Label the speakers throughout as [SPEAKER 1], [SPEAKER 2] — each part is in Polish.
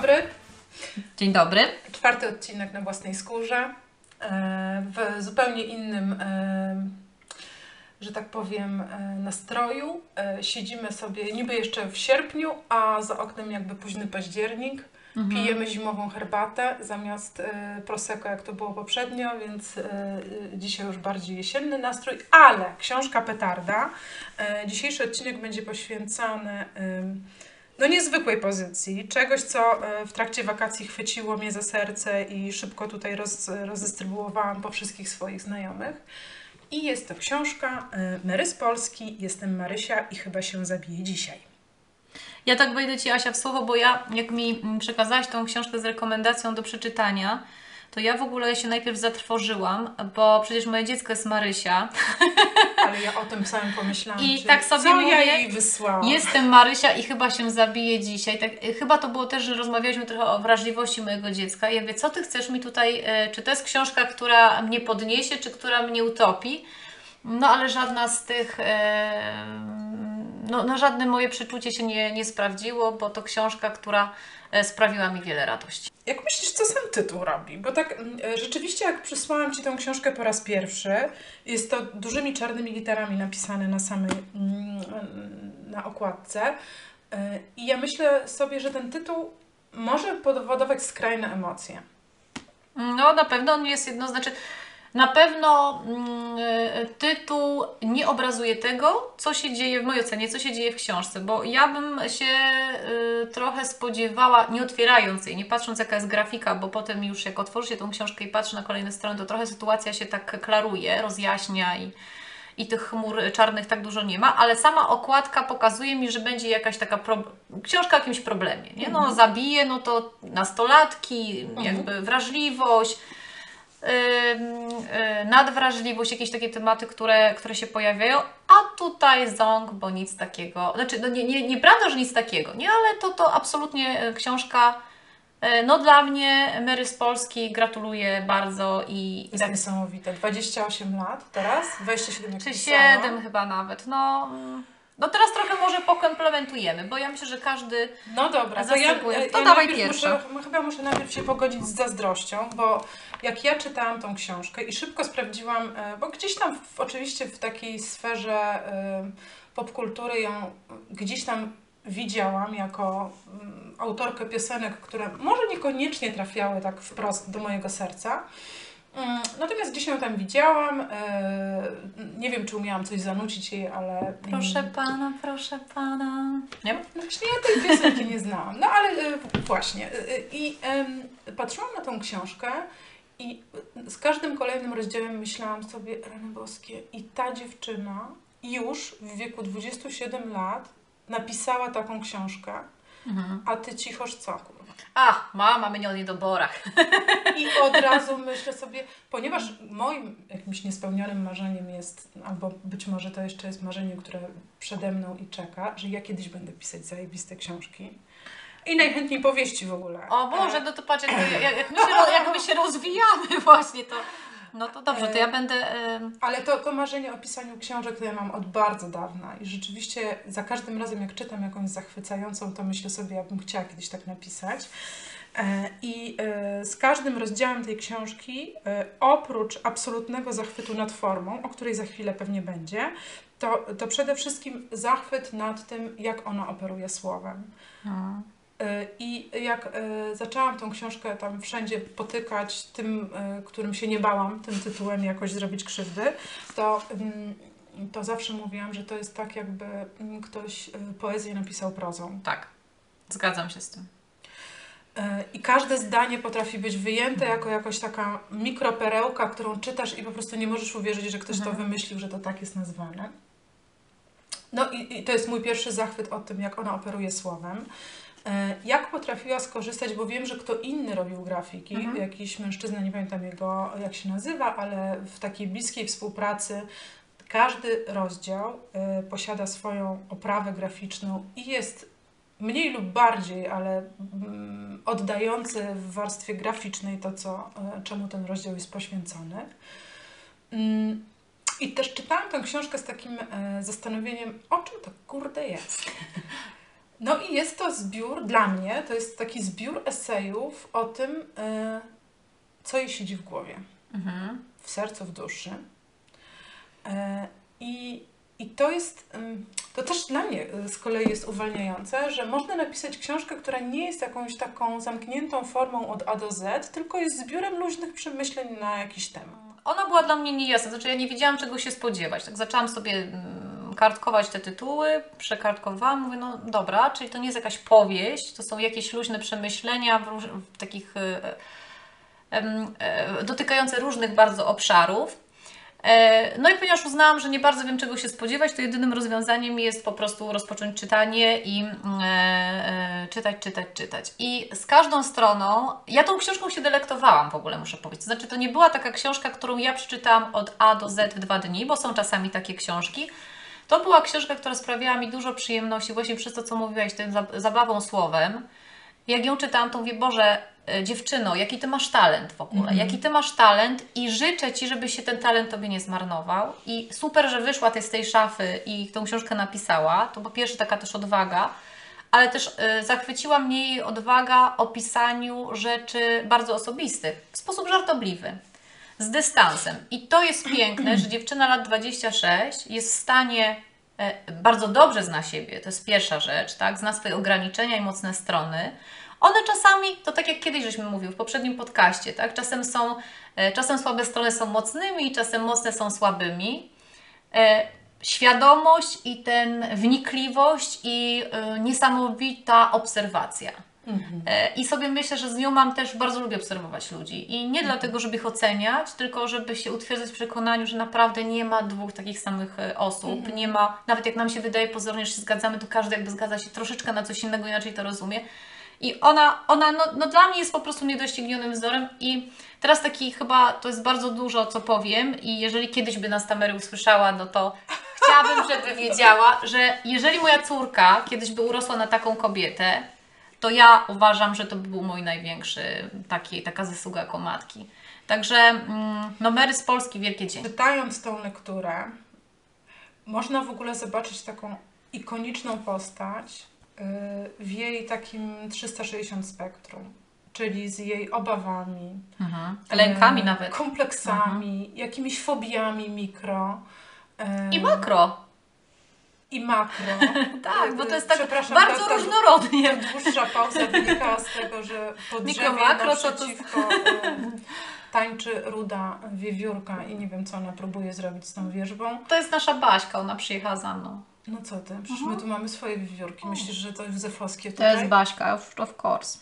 [SPEAKER 1] dobry.
[SPEAKER 2] Dzień dobry.
[SPEAKER 1] 4. odcinek na własnej skórze. W zupełnie innym, że tak powiem, nastroju. Siedzimy sobie niby jeszcze w sierpniu, a za oknem jakby późny październik. Pijemy zimową herbatę zamiast prosecco, jak to było poprzednio, więc dzisiaj już bardziej jesienny nastrój, ale książka petarda. Dzisiejszy odcinek będzie poświęcony niezwykłej pozycji, czegoś, co w trakcie wakacji chwyciło mnie za serce i szybko tutaj rozdystrybuowałam po wszystkich swoich znajomych. I jest to książka Mary z Polski, Jestem Marysia i chyba się zabiję dzisiaj.
[SPEAKER 2] Ja tak wejdę Ci, Asia, w słowo, bo jak mi przekazałaś tą książkę z rekomendacją do przeczytania, to ja w ogóle się najpierw zatrwożyłam, bo przecież moje dziecko jest Marysia.
[SPEAKER 1] Ale ja o tym samym pomyślałam.
[SPEAKER 2] I tak sobie
[SPEAKER 1] co
[SPEAKER 2] mówię,
[SPEAKER 1] ja jej wysłałam?
[SPEAKER 2] Jestem Marysia i chyba się zabiję dzisiaj. Tak, chyba to było też, że rozmawialiśmy trochę o wrażliwości mojego dziecka. I ja mówię, co Ty chcesz mi tutaj, czy to jest książka, która mnie podniesie, czy która mnie utopi? No ale żadna z tych, żadne moje przeczucie się nie sprawdziło, bo to książka, która sprawiła mi wiele radości.
[SPEAKER 1] Jak myślisz, co sam tytuł robi? Bo tak rzeczywiście, jak przysłałam Ci tę książkę po raz pierwszy, jest to dużymi czarnymi literami napisane na okładce. I ja myślę sobie, że ten tytuł może powodować skrajne emocje.
[SPEAKER 2] No na pewno on jest na pewno tytuł nie obrazuje tego, co się dzieje, w mojej ocenie, co się dzieje w książce, bo ja bym się trochę spodziewała, nie otwierając jej, nie patrząc jaka jest grafika, bo potem już jak otworzy się tą książkę i patrzy na kolejne strony, to trochę sytuacja się tak klaruje, rozjaśnia i tych chmur czarnych tak dużo nie ma, ale sama okładka pokazuje mi, że będzie jakaś taka książka o jakimś problemie, nie? No zabije, no to nastolatki, jakby wrażliwość, nadwrażliwość, jakieś takie tematy, które się pojawiają, a tutaj ząg, bo nic takiego, znaczy no nieprawda, że nic takiego, nie, ale to absolutnie książka, no dla mnie Mary z Polski, gratuluję bardzo i
[SPEAKER 1] tak niesamowite. 28 lat teraz? 27 jak
[SPEAKER 2] czy
[SPEAKER 1] pisałam.
[SPEAKER 2] 7 chyba nawet, no teraz trochę może pokomplementujemy, bo ja myślę, że każdy
[SPEAKER 1] No dobra,
[SPEAKER 2] to dawaj pierwsza.
[SPEAKER 1] Chyba muszę najpierw się pogodzić z zazdrością, bo jak ja czytałam tą książkę i szybko sprawdziłam, bo gdzieś tam oczywiście w takiej sferze popkultury ją gdzieś tam widziałam jako autorkę piosenek, które może niekoniecznie trafiały tak wprost do mojego serca. Natomiast gdzieś ją tam widziałam, nie wiem, czy umiałam coś zanucić jej, ale...
[SPEAKER 2] Proszę pana. Nie?
[SPEAKER 1] No właśnie ja tej piosenki nie znałam, no ale właśnie. I patrzyłam na tą książkę i z każdym kolejnym rozdziałem myślałam sobie, rany boskie, i ta dziewczyna już w wieku 27 lat napisała taką książkę, a ty cichoż co, kurwa?
[SPEAKER 2] Mamy nie o niedoborach.
[SPEAKER 1] I od razu myślę sobie, ponieważ moim jakimś niespełnionym marzeniem jest, albo być może to jeszcze jest marzenie, które przede mną i czeka, że ja kiedyś będę pisać zajebiste książki. I najchętniej powieści w ogóle.
[SPEAKER 2] O Boże, no to patrz, jak my się rozwijamy właśnie, to no to dobrze, to ja będę...
[SPEAKER 1] Ale to marzenie o pisaniu książek to ja mam od bardzo dawna i rzeczywiście za każdym razem jak czytam jakąś zachwycającą, to myślę sobie, ja bym chciała kiedyś tak napisać. I z każdym rozdziałem tej książki, oprócz absolutnego zachwytu nad formą, o której za chwilę pewnie będzie, to przede wszystkim zachwyt nad tym, jak ona operuje słowem. I jak zaczęłam tą książkę tam wszędzie potykać tym, którym się nie bałam, tym tytułem jakoś zrobić krzywdy, to zawsze mówiłam, że to jest tak, jakby ktoś poezję napisał prozą.
[SPEAKER 2] Tak, zgadzam się z tym.
[SPEAKER 1] I każde zdanie potrafi być wyjęte jako jakaś taka mikroperełka, którą czytasz i po prostu nie możesz uwierzyć, że ktoś to wymyślił, że to tak jest nazwane. No i to jest mój pierwszy zachwyt o tym, jak ona operuje słowem. Jak potrafiła skorzystać, bo wiem, że kto inny robił grafiki, jakiś mężczyzna, nie pamiętam jego, jak się nazywa, ale w takiej bliskiej współpracy każdy rozdział posiada swoją oprawę graficzną i jest mniej lub bardziej, ale oddający w warstwie graficznej to, czemu ten rozdział jest poświęcony. I też czytałam tę książkę z takim zastanowieniem, o czym to kurde jest. No i jest to zbiór, dla mnie, to jest taki zbiór esejów o tym, co jej siedzi w głowie, w sercu, w duszy. I to jest, to też dla mnie z kolei jest uwalniające, że można napisać książkę, która nie jest jakąś taką zamkniętą formą od A do Z, tylko jest zbiorem luźnych przemyśleń na jakiś temat.
[SPEAKER 2] Ona była dla mnie niejasna, znaczy ja nie wiedziałam, czego się spodziewać. Tak zaczęłam sobie kartkować te tytuły, przekartkowałam, mówię, no dobra, czyli to nie jest jakaś powieść, to są jakieś luźne przemyślenia w takich dotykające różnych bardzo obszarów. No i ponieważ uznałam, że nie bardzo wiem, czego się spodziewać, to jedynym rozwiązaniem jest po prostu rozpocząć czytanie i czytać. I z każdą stroną, ja tą książką się delektowałam w ogóle, muszę powiedzieć. To znaczy, to nie była taka książka, którą ja przeczytałam od A do Z w 2 dni, bo są czasami takie książki. To była książka, która sprawiała mi dużo przyjemności właśnie przez to, co mówiłaś, tym zabawą słowem. Jak ją czytałam, to mówię, Boże, dziewczyno, jaki Ty masz talent w ogóle, jaki Ty masz talent i życzę Ci, żeby się ten talent Tobie nie zmarnował. I super, że wyszła Ty z tej szafy i tą książkę napisała. To po pierwsze taka też odwaga, ale też zachwyciła mnie jej odwaga o pisaniu rzeczy bardzo osobistych, w sposób żartobliwy, z dystansem. I to jest piękne, że dziewczyna lat 26 jest w stanie, bardzo dobrze zna siebie, to jest pierwsza rzecz, tak? Zna swoje ograniczenia i mocne strony. One czasami, to tak jak kiedyś żeśmy mówili w poprzednim podcaście, tak? Czasem słabe strony są mocnymi, czasem mocne są słabymi. Świadomość i ten wnikliwość i niesamowita obserwacja. I sobie myślę, że z nią bardzo lubię obserwować ludzi. I nie dlatego, żeby ich oceniać, tylko żeby się utwierdzać w przekonaniu, że naprawdę nie ma dwóch takich samych osób. Nie ma, nawet jak nam się wydaje pozornie, że się zgadzamy, to każdy jakby zgadza się troszeczkę na coś innego, inaczej to rozumie. I ona no dla mnie jest po prostu niedoścignionym wzorem i teraz taki chyba, to jest bardzo dużo, co powiem i jeżeli kiedyś by nas ta Mary usłyszała, no to chciałabym, żeby wiedziała, że jeżeli moja córka kiedyś by urosła na taką kobietę, to ja uważam, że to by był mój największy taka zasługa jako matki. Także no Mary z Polski, wielkie dzięki.
[SPEAKER 1] Czytając tą lekturę, można w ogóle zobaczyć taką ikoniczną postać w jej takim 360 spektrum, czyli z jej obawami,
[SPEAKER 2] lękami nawet,
[SPEAKER 1] kompleksami, jakimiś fobiami mikro.
[SPEAKER 2] I makro.
[SPEAKER 1] I makro.
[SPEAKER 2] Tak, bo to jest tak bardzo różnorodnie.
[SPEAKER 1] Dłuższa pauza wynika z tego, że po drzewie naprzeciwko tańczy ruda wiewiórka i nie wiem, co ona próbuje zrobić z tą wierzbą.
[SPEAKER 2] To jest nasza Baśka, ona przyjechała za mną.
[SPEAKER 1] No co ty? Przecież my tu mamy swoje wiewiórki. Myślisz, że to józefowskie tutaj?
[SPEAKER 2] To jest Baśka, of course.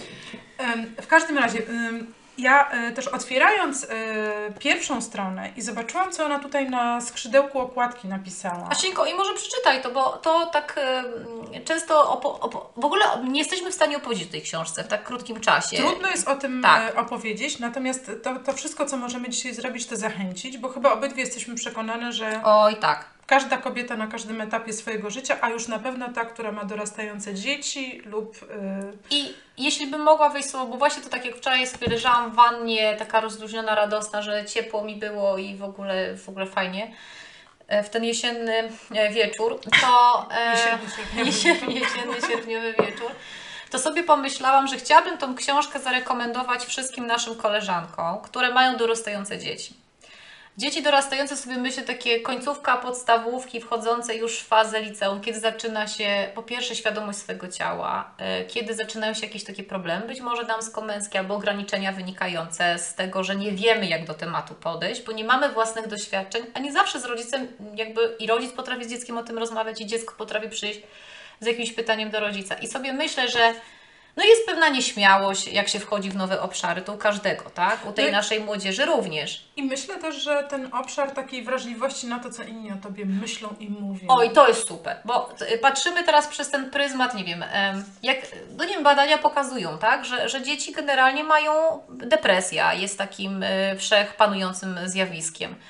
[SPEAKER 1] W każdym razie, ja też otwierając pierwszą stronę i zobaczyłam, co ona tutaj na skrzydełku okładki napisała.
[SPEAKER 2] Asinko, i może przeczytaj to, bo to tak często w ogóle nie jesteśmy w stanie opowiedzieć o tej książce w tak krótkim czasie.
[SPEAKER 1] Trudno jest o tym opowiedzieć, natomiast to wszystko, co możemy dzisiaj zrobić, to zachęcić, bo chyba obydwie jesteśmy przekonane, że
[SPEAKER 2] Oj, tak.
[SPEAKER 1] Każda kobieta na każdym etapie swojego życia, a już na pewno ta, która ma dorastające dzieci lub...
[SPEAKER 2] I jeśli bym mogła wyjść słowo, bo właśnie to tak jak wczoraj sobie leżałam w wannie, taka rozluźniona, radosna, że ciepło mi było i w ogóle fajnie, w ten jesienny wieczór, to... jesienny, sierpniowy wieczór, to sobie pomyślałam, że chciałabym tą książkę zarekomendować wszystkim naszym koleżankom, które mają dorastające dzieci. Dzieci dorastające sobie myślę takie końcówka podstawówki, wchodzące już w fazę liceum, kiedy zaczyna się po pierwsze świadomość swojego ciała, kiedy zaczynają się jakieś takie problemy, być może damsko-męskie albo ograniczenia wynikające z tego, że nie wiemy jak do tematu podejść, bo nie mamy własnych doświadczeń, a nie zawsze z rodzicem i rodzic potrafi z dzieckiem o tym rozmawiać i dziecko potrafi przyjść z jakimś pytaniem do rodzica. I sobie myślę, że no jest pewna nieśmiałość, jak się wchodzi w nowe obszary, to u każdego, tak? U tej naszej młodzieży również.
[SPEAKER 1] I myślę też, że ten obszar takiej wrażliwości na to, co inni o Tobie myślą i mówią.
[SPEAKER 2] Oj, to jest super, bo patrzymy teraz przez ten pryzmat, nie wiem, no nie wiem, badania pokazują, tak? Że dzieci generalnie mają depresja, jest takim wszechpanującym zjawiskiem.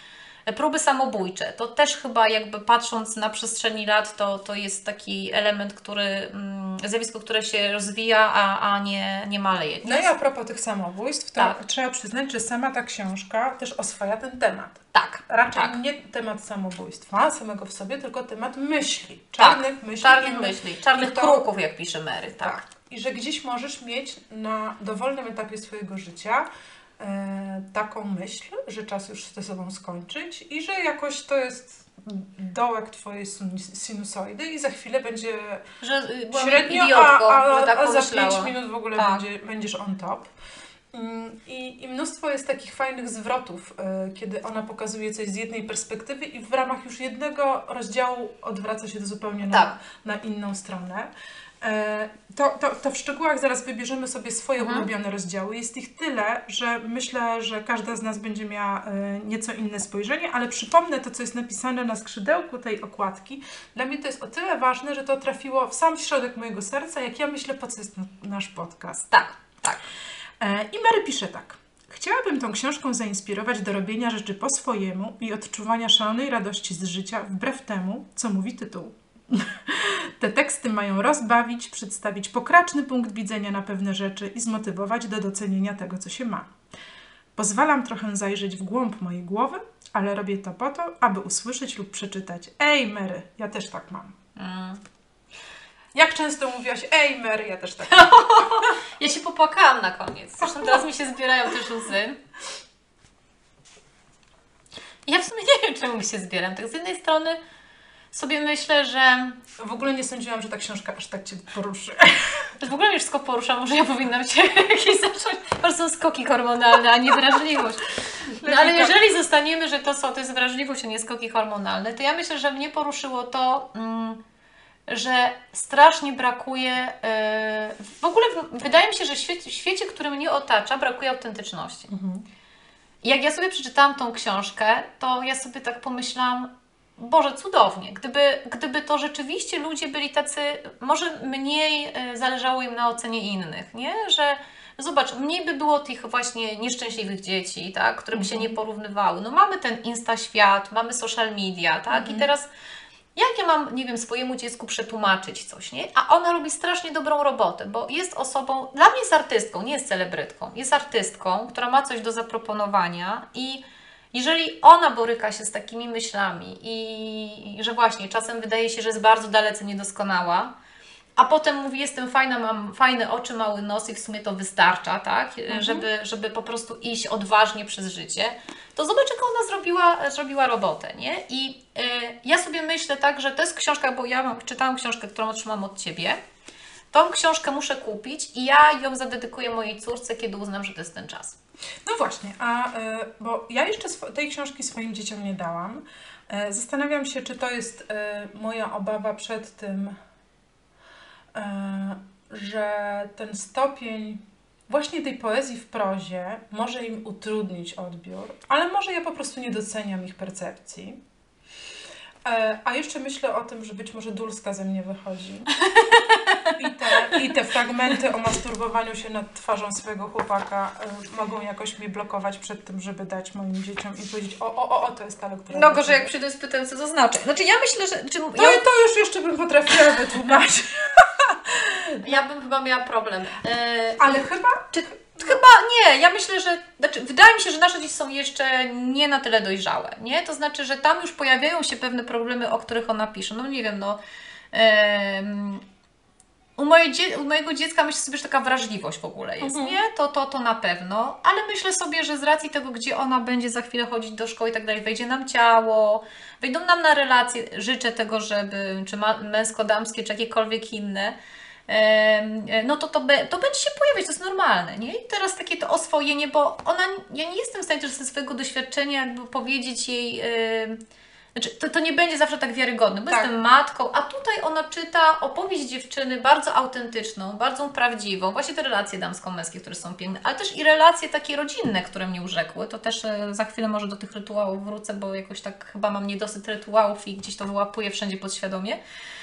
[SPEAKER 2] próby samobójcze. To też chyba jakby patrząc na przestrzeni lat, to jest taki element, zjawisko, które się rozwija, a nie maleje.
[SPEAKER 1] No i a propos tych samobójstw, to
[SPEAKER 2] Tak.
[SPEAKER 1] trzeba przyznać, że sama ta książka też oswaja ten temat.
[SPEAKER 2] Tak.
[SPEAKER 1] Raczej
[SPEAKER 2] tak.
[SPEAKER 1] nie temat samobójstwa samego w sobie, tylko temat myśli. Czarnych myśli.
[SPEAKER 2] Czarnych kruków, jak pisze Mary. Tak.
[SPEAKER 1] I że gdzieś możesz mieć na dowolnym etapie swojego życia taką myśl, że czas już ze sobą skończyć i że jakoś to jest dołek twojej sinusoidy i za chwilę będzie średnio,
[SPEAKER 2] idiotką,
[SPEAKER 1] a
[SPEAKER 2] tak
[SPEAKER 1] za
[SPEAKER 2] pomyślałam.
[SPEAKER 1] 5 minut w ogóle będziesz on top. I mnóstwo jest takich fajnych zwrotów, kiedy ona pokazuje coś z jednej perspektywy i w ramach już jednego rozdziału odwraca się to zupełnie na inną stronę. To w szczegółach zaraz wybierzemy sobie swoje ulubione rozdziały. Jest ich tyle, że myślę, że każda z nas będzie miała nieco inne spojrzenie, ale przypomnę to, co jest napisane na skrzydełku tej okładki. Dla mnie to jest o tyle ważne, że to trafiło w sam środek mojego serca, jak ja myślę, po co jest nasz podcast.
[SPEAKER 2] Tak.
[SPEAKER 1] I Mary pisze tak. Chciałabym tą książką zainspirować do robienia rzeczy po swojemu i odczuwania szalonej radości z życia wbrew temu, co mówi tytuł. Te teksty mają rozbawić, przedstawić pokraczny punkt widzenia na pewne rzeczy i zmotywować do docenienia tego, co się ma. Pozwalam trochę zajrzeć w głąb mojej głowy, ale robię to po to, aby usłyszeć lub przeczytać: Ej, Mary, ja też tak mam. Jak często mówiłaś: Ej, Mary, ja też tak mam.
[SPEAKER 2] Ja się popłakałam na koniec. Zresztą teraz mi się zbierają też łzy. Ja w sumie nie wiem, czemu mi się zbieram. Tak z jednej strony sobie myślę, że...
[SPEAKER 1] W ogóle nie sądziłam, że ta książka aż tak Cię poruszy.
[SPEAKER 2] W ogóle mnie wszystko porusza, może ja powinnam się jakieś zacząć... To są skoki hormonalne, a nie wrażliwość. No ale jeżeli zostaniemy, że to jest wrażliwość, a nie skoki hormonalne, to ja myślę, że mnie poruszyło to, że strasznie brakuje... W ogóle wydaje mi się, że w świecie, który mnie otacza, brakuje autentyczności. Jak ja sobie przeczytałam tą książkę, to ja sobie tak pomyślałam: Boże, cudownie. Gdyby to rzeczywiście ludzie byli tacy, może mniej zależało im na ocenie innych, nie? Że zobacz, mniej by było tych właśnie nieszczęśliwych dzieci, tak? Które by się nie porównywały. No mamy ten Insta świat, mamy social media, tak? I teraz jak ja mam, nie wiem, swojemu dziecku przetłumaczyć coś, nie? A ona robi strasznie dobrą robotę, bo jest osobą, dla mnie jest artystką, nie jest celebrytką, jest artystką, która ma coś do zaproponowania i jeżeli ona boryka się z takimi myślami i że właśnie czasem wydaje się, że jest bardzo dalece niedoskonała, a potem mówi: jestem fajna, mam fajne oczy, mały nos i w sumie to wystarcza, tak? Żeby po prostu iść odważnie przez życie, to zobacz, jak ona zrobiła robotę, nie? I ja sobie myślę tak, że to jest książka, bo ja czytałam książkę, którą otrzymałam od Ciebie. Tą książkę muszę kupić i ja ją zadedykuję mojej córce, kiedy uznam, że to jest ten czas.
[SPEAKER 1] No właśnie, bo ja jeszcze tej książki swoim dzieciom nie dałam. Zastanawiam się, czy to jest moja obawa przed tym, że ten stopień właśnie tej poezji w prozie może im utrudnić odbiór, ale może ja po prostu nie doceniam ich percepcji. A jeszcze myślę o tym, że być może Dulska ze mnie wychodzi. I te fragmenty o masturbowaniu się nad twarzą swojego chłopaka mogą jakoś mnie blokować przed tym, żeby dać moim dzieciom i powiedzieć: to jest ta lektura.
[SPEAKER 2] No gorzej, jak przyjdę z pytaniem, co to znaczy. Znaczy ja myślę, że...
[SPEAKER 1] To już jeszcze bym potrafiła wytłumaczyć.
[SPEAKER 2] Ja bym chyba miała problem.
[SPEAKER 1] Ale chyba...
[SPEAKER 2] Chyba nie, ja myślę, że... Znaczy, wydaje mi się, że nasze dzieci są jeszcze nie na tyle dojrzałe, nie? To znaczy, że tam już pojawiają się pewne problemy, o których ona pisze. No nie wiem, no... U mojego dziecka myślę sobie, że taka wrażliwość w ogóle jest, nie? To na pewno, ale myślę sobie, że z racji tego, gdzie ona będzie za chwilę chodzić do szkoły i tak dalej, wejdzie nam ciało, wejdą nam na relacje, życzę tego, żeby, czy męsko-damskie, czy jakiekolwiek inne, no to będzie się pojawiać, to jest normalne, nie? I teraz takie to oswojenie, bo ja nie jestem w stanie też ze swojego doświadczenia jakby powiedzieć jej... Znaczy, to nie będzie zawsze tak wiarygodne, bo jestem matką, a tutaj ona czyta opowieść dziewczyny bardzo autentyczną, bardzo prawdziwą, właśnie te relacje damsko-męskie, które są piękne, ale też i relacje takie rodzinne, które mnie urzekły. To też za chwilę może do tych rytuałów wrócę, bo jakoś tak chyba mam niedosyt rytuałów i gdzieś to wyłapuję wszędzie podświadomie.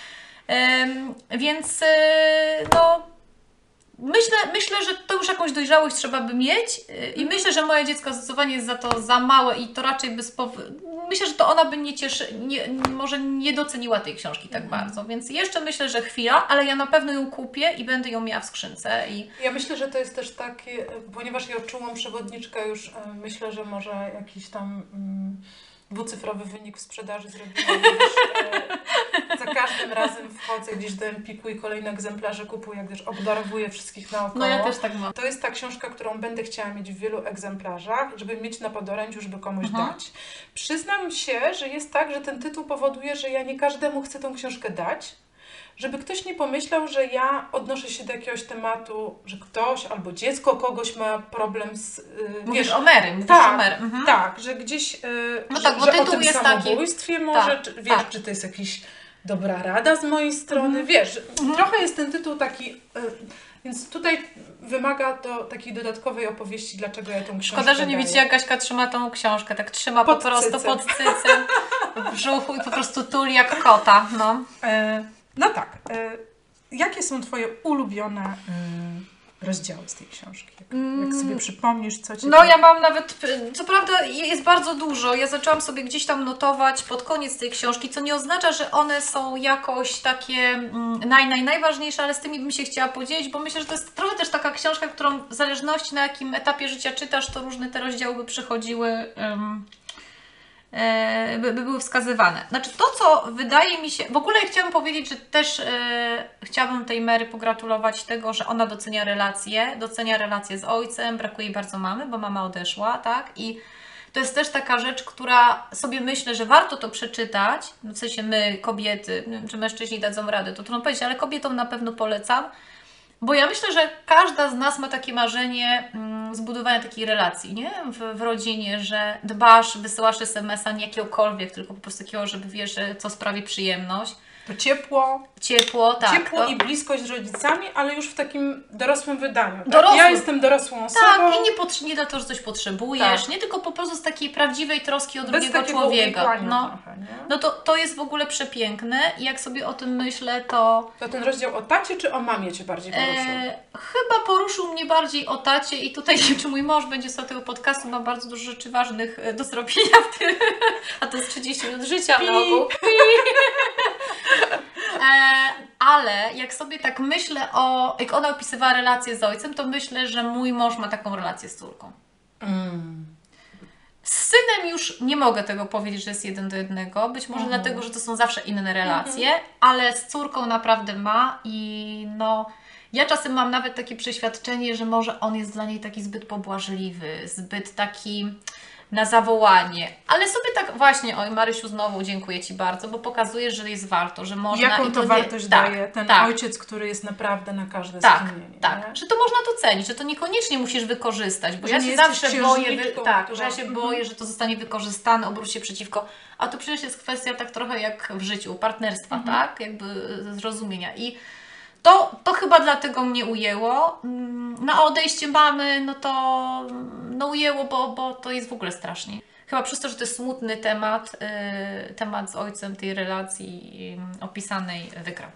[SPEAKER 2] Więc no... Myślę, że to już jakąś dojrzałość trzeba by mieć i myślę, że moje dziecko zdecydowanie jest za to za małe i to raczej myślę, że to ona by może nie doceniła tej książki tak bardzo, więc jeszcze myślę, że chwila, ale ja na pewno ją kupię i będę ją miała w skrzynce.
[SPEAKER 1] Ja myślę, że to jest też takie, ponieważ ja czułam przewodniczkę już, myślę, że może jakiś tam dwucyfrowy wynik w sprzedaży zrobiłam, za każdym razem wchodzę gdzieś do Empiku i kolejne egzemplarze kupuję, gdyż obdarowuję wszystkich naokoło.
[SPEAKER 2] No ja też tak mam.
[SPEAKER 1] To jest ta książka, którą będę chciała mieć w wielu egzemplarzach, żeby mieć na podorędziu, żeby komuś dać. Przyznam się, że jest tak, że ten tytuł powoduje, że ja nie każdemu chcę tą książkę dać, żeby ktoś nie pomyślał, że ja odnoszę się do jakiegoś tematu, że ktoś albo dziecko kogoś ma problem z...
[SPEAKER 2] Mówisz o Mary,
[SPEAKER 1] tak, że gdzieś
[SPEAKER 2] no tak, bo
[SPEAKER 1] że
[SPEAKER 2] tytuł
[SPEAKER 1] o tym
[SPEAKER 2] jest
[SPEAKER 1] samobójstwie
[SPEAKER 2] taki...
[SPEAKER 1] może,
[SPEAKER 2] tak,
[SPEAKER 1] wiesz, czy to jest jakiś dobra rada z mojej strony, wiesz, trochę jest ten tytuł taki... Więc tutaj wymaga to takiej dodatkowej opowieści, dlaczego ja tą książkę
[SPEAKER 2] Szkoda, że nie
[SPEAKER 1] daję.
[SPEAKER 2] widzicie, jak Kaśka trzyma tą książkę. Tak trzyma
[SPEAKER 1] Pod
[SPEAKER 2] po prostu
[SPEAKER 1] cycem.
[SPEAKER 2] pod cycem, w brzuchu i po prostu tuli jak kota. No.
[SPEAKER 1] No tak. Jakie są Twoje ulubione rozdziały z tej książki? Jak sobie przypomnisz, co Cię...
[SPEAKER 2] No ja mam nawet, co prawda jest bardzo dużo, ja zaczęłam sobie gdzieś tam notować pod koniec tej książki, co nie oznacza, że one są jakoś takie najważniejsze, ale z tymi bym się chciała podzielić, bo myślę, że to jest trochę też taka książka, którą w zależności na jakim etapie życia czytasz, to różne te rozdziały by przychodziły, by były wskazywane. Znaczy to, co wydaje mi się... W ogóle chciałabym powiedzieć, że też chciałabym tej Mary pogratulować tego, że ona docenia relacje z ojcem, brakuje jej bardzo mamy, bo mama odeszła, tak? I to jest też taka rzecz, która sobie myślę, że warto to przeczytać, w sensie my, kobiety, nie wiem, czy mężczyźni dadzą radę, to trudno powiedzieć, ale kobietom na pewno polecam, bo ja myślę, że każda z nas ma takie marzenie zbudowania takiej relacji, nie? W rodzinie, że dbasz, wysyłasz SMS-a nie jakiegokolwiek, tylko po prostu takiego, żeby wiesz, że co sprawi przyjemność.
[SPEAKER 1] To ciepło.
[SPEAKER 2] Ciepło, tak.
[SPEAKER 1] Ciepło i bliskość z rodzicami, ale już w takim dorosłym wydaniu. Tak?
[SPEAKER 2] Dorosłym.
[SPEAKER 1] Ja jestem dorosłą osobą.
[SPEAKER 2] Tak, i nie dlatego, że coś potrzebujesz,
[SPEAKER 1] Tak.
[SPEAKER 2] nie tylko po prostu z takiej prawdziwej troski o
[SPEAKER 1] Bez
[SPEAKER 2] drugiego
[SPEAKER 1] takiego
[SPEAKER 2] człowieka.
[SPEAKER 1] uwikłania
[SPEAKER 2] No,
[SPEAKER 1] trochę, nie?
[SPEAKER 2] no to jest w ogóle przepiękne i jak sobie o tym myślę, to...
[SPEAKER 1] To ten rozdział o tacie czy o mamie Cię bardziej poruszył?
[SPEAKER 2] Chyba poruszył mnie bardziej o tacie i tutaj nie wiem, czy mój mąż będzie z tego podcastu, ma bardzo dużo rzeczy ważnych do zrobienia w tym, a to jest 30 minut życia na ogół. Ale jak sobie tak myślę jak ona opisywała relacje z ojcem, to myślę, że mój mąż ma taką relację z córką. Z synem już nie mogę tego powiedzieć, że jest 1:1, być może dlatego, że to są zawsze inne relacje, ale z córką naprawdę ma i no... Ja czasem mam nawet takie przeświadczenie, że może on jest dla niej taki zbyt pobłażliwy, zbyt taki na zawołanie. Ale sobie tak właśnie, oj Marysiu, znowu dziękuję Ci bardzo, bo pokazujesz, że jest warto, że można...
[SPEAKER 1] Jaką to wartość daje ten ojciec, który jest naprawdę na każde skinienie.
[SPEAKER 2] Tak, że to można docenić, że to niekoniecznie musisz wykorzystać, bo
[SPEAKER 1] że
[SPEAKER 2] ja się zawsze boję,
[SPEAKER 1] która...
[SPEAKER 2] że ja się boję, że to zostanie wykorzystane, obróci się przeciwko, a to przecież jest kwestia tak trochę jak w życiu, partnerstwa, tak? Jakby zrozumienia. I to chyba dlatego mnie ujęło. No a odejście mamy, no to ujęło, bo to jest w ogóle strasznie. Chyba przez to, że to jest smutny temat, temat z ojcem tej relacji opisanej wygrał.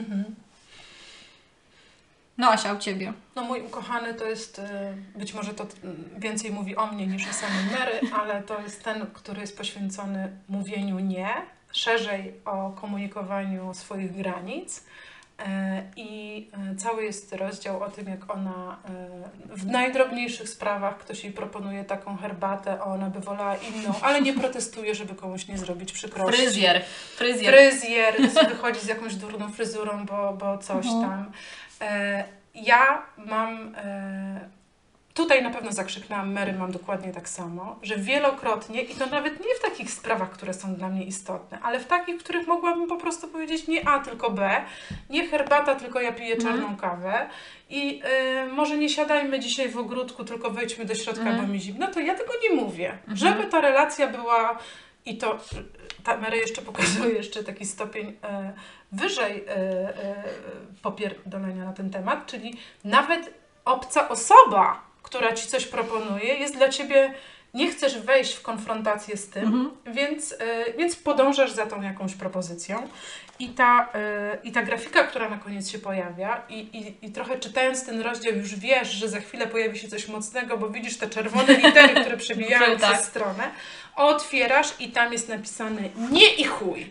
[SPEAKER 2] No Asia, u Ciebie?
[SPEAKER 1] No mój ukochany to jest, być może to więcej mówi o mnie niż o samej Mary, ale to jest ten, który jest poświęcony mówieniu nie, szerzej o komunikowaniu swoich granic. I cały jest rozdział o tym, jak ona w najdrobniejszych sprawach ktoś jej proponuje taką herbatę, a ona by wolała inną, ale nie protestuje, żeby komuś nie zrobić przykrości. Fryzjer wychodzi z jakąś durną fryzurą, bo coś tam. Ja mam... Tutaj na pewno zakrzyknęłam, Mary mam dokładnie tak samo, że wielokrotnie, i to nawet nie w takich sprawach, które są dla mnie istotne, ale w takich, w których mogłabym po prostu powiedzieć nie A, tylko B, nie herbata, tylko ja piję czarną kawę i może nie siadajmy dzisiaj w ogródku, tylko wejdźmy do środka, bo mi zimno, to ja tego nie mówię. Żeby ta relacja była, i to ta Mary jeszcze pokazuje jeszcze taki stopień wyżej popierdolenia na ten temat, czyli nawet obca osoba, która Ci coś proponuje, jest dla Ciebie nie chcesz wejść w konfrontację z tym, więc podążasz za tą jakąś propozycją. I ta grafika, która na koniec się pojawia i trochę czytając ten rozdział już wiesz, że za chwilę pojawi się coś mocnego, bo widzisz te czerwone litery, które przebijają przez stronę, otwierasz i tam jest napisane nie i chuj.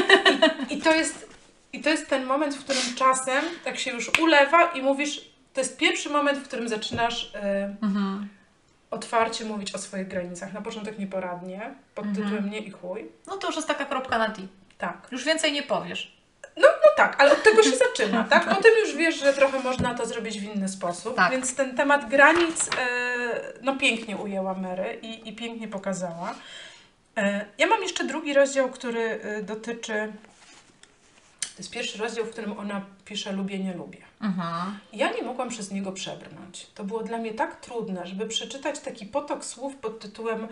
[SPEAKER 1] I to jest ten moment, w którym czasem tak się już ulewa i mówisz, to jest pierwszy moment, w którym zaczynasz otwarcie mówić o swoich granicach. Na początek nieporadnie, pod tytułem nie i chuj.
[SPEAKER 2] No to już jest taka kropka na i.
[SPEAKER 1] Tak.
[SPEAKER 2] Już więcej nie powiesz.
[SPEAKER 1] No tak, ale od tego się zaczyna, tak? Potem już wiesz, że trochę można to zrobić w inny sposób, więc ten temat granic no pięknie ujęła Mary i pięknie pokazała. Ja mam jeszcze drugi rozdział, który dotyczy... To jest pierwszy rozdział, w którym ona pisze lubię, nie lubię. Ja nie mogłam przez niego przebrnąć. To było dla mnie tak trudne, żeby przeczytać taki potok słów pod tytułem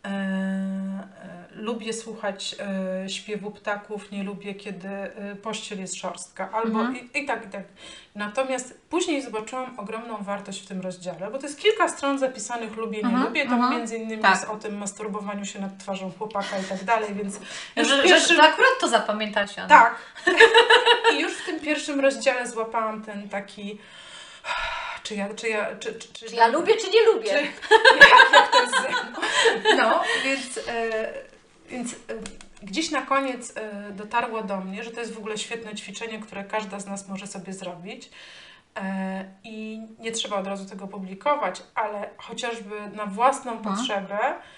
[SPEAKER 1] lubię słuchać śpiewu ptaków, nie lubię, kiedy pościel jest szorstka. Albo i tak. Natomiast później zobaczyłam ogromną wartość w tym rozdziale, bo to jest kilka stron zapisanych lubię, nie lubię. Tam między innymi jest o tym masturbowaniu się nad twarzą chłopaka i tak dalej, więc...
[SPEAKER 2] Że akurat to zapamiętasz, Anna.
[SPEAKER 1] Tak. I już w tym pierwszym rozdziale złapałam ten taki... Czy ja
[SPEAKER 2] lubię, czy nie lubię?
[SPEAKER 1] Jak to jest ze mną? No, więc gdzieś na koniec dotarło do mnie, że to jest w ogóle świetne ćwiczenie, które każda z nas może sobie zrobić. I nie trzeba od razu tego publikować, ale chociażby na własną potrzebę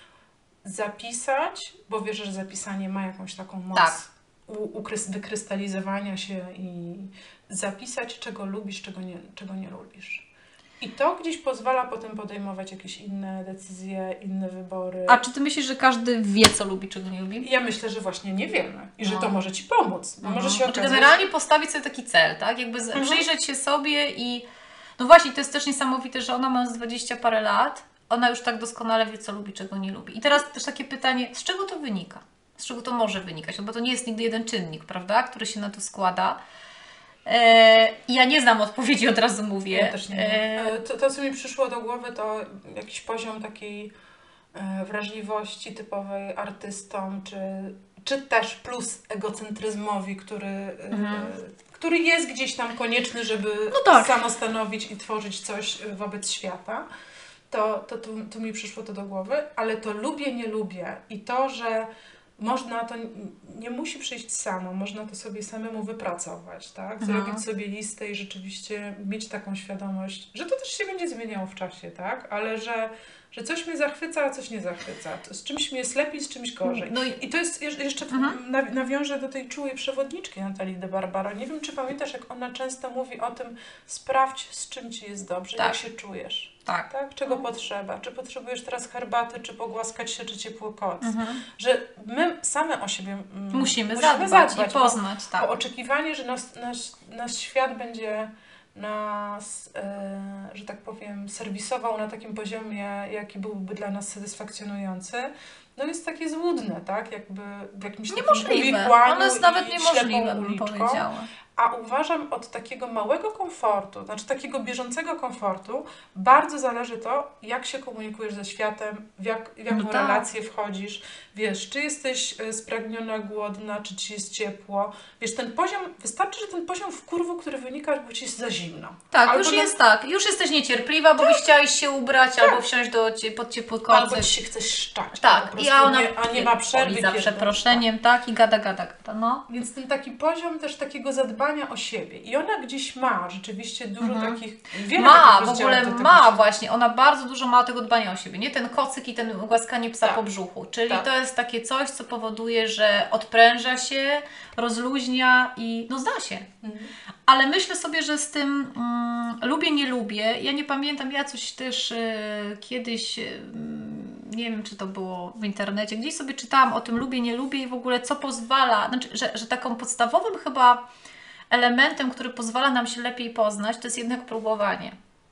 [SPEAKER 1] zapisać, bo wierzę, że zapisanie ma jakąś taką moc wykrystalizowania się i zapisać, czego lubisz, czego nie lubisz. I to gdzieś pozwala potem podejmować jakieś inne decyzje, inne wybory.
[SPEAKER 2] A czy ty myślisz, że każdy wie, co lubi, czego nie lubi?
[SPEAKER 1] Ja myślę, że właśnie nie wiemy i że to może ci pomóc. Bo może się okazać...
[SPEAKER 2] Generalnie postawić sobie taki cel, tak? Jakby przyjrzeć się sobie i... No właśnie, to jest też niesamowite, że ona ma z 20 parę lat, ona już tak doskonale wie, co lubi, czego nie lubi. I teraz też takie pytanie, z czego to wynika? Z czego to może wynikać? No bo to nie jest nigdy jeden czynnik, prawda? Który się na to składa. I ja nie znam odpowiedzi, od razu mówię.
[SPEAKER 1] Ja też nie. To, co mi przyszło do głowy, to jakiś poziom takiej wrażliwości typowej artystom, czy też plus egocentryzmowi, który jest gdzieś tam konieczny, żeby samostanowić i tworzyć coś wobec świata. Tu mi przyszło to do głowy, ale to lubię, nie lubię i to, że można to, nie musi przyjść samo, można to sobie samemu wypracować, tak? Zrobić sobie listę i rzeczywiście mieć taką świadomość, że to też się będzie zmieniało w czasie, tak? Ale że coś mnie zachwyca, a coś nie zachwyca. Z czymś mi jest lepiej, z czymś gorzej. No i to jest jeszcze, nawiążę do tej czułej przewodniczki Natalii de Barbaro. Nie wiem, czy pamiętasz, jak ona często mówi o tym, sprawdź, z czym ci jest dobrze, jak się czujesz. Tak? Czego potrzeba? Czy potrzebujesz teraz herbaty, czy pogłaskać się, czy ciepły koc? Że my same o siebie
[SPEAKER 2] musimy zadbać i poznać.
[SPEAKER 1] Bo oczekiwanie, że nasz świat będzie nas, że tak powiem, serwisował na takim poziomie, jaki byłby dla nas satysfakcjonujący, no jest takie złudne, tak? Jakby w jakimś
[SPEAKER 2] niemożliwe. Ono jest nawet niemożliwe, bym powiedziała.
[SPEAKER 1] A uważam, od takiego małego komfortu, znaczy takiego bieżącego komfortu, bardzo zależy to, jak się komunikujesz ze światem, w jaką relację wchodzisz, wiesz, czy jesteś spragniona, głodna, czy ci jest ciepło. Wiesz, ten poziom, wystarczy, że ten poziom wkurwu, który wynika, bo ci jest za zimno.
[SPEAKER 2] Tak, albo już jesteś niecierpliwa, bo byś chciałaś się ubrać, albo wsiąść pod ciepły kocyk.
[SPEAKER 1] Albo ci się chcesz szczać.
[SPEAKER 2] Tak,
[SPEAKER 1] i ona nie ma przerwy.
[SPEAKER 2] Za przeproszeniem, tak, i gada. No.
[SPEAKER 1] Więc ten taki poziom też takiego zadbania o siebie. I ona gdzieś ma rzeczywiście dużo takich...
[SPEAKER 2] W ogóle ma właśnie. Ona bardzo dużo ma tego dbania o siebie. Nie ten kocyk i ten głaskanie psa po brzuchu. Czyli to jest takie coś, co powoduje, że odpręża się, rozluźnia i zda się. Ale myślę sobie, że z tym lubię, nie lubię. Ja nie pamiętam, ja coś też kiedyś... nie wiem, czy to było w internecie, gdzieś sobie czytałam o tym lubię, nie lubię i w ogóle co pozwala, znaczy, że taką podstawowym chyba elementem, który pozwala nam się lepiej poznać, to jest jednak próbowanie.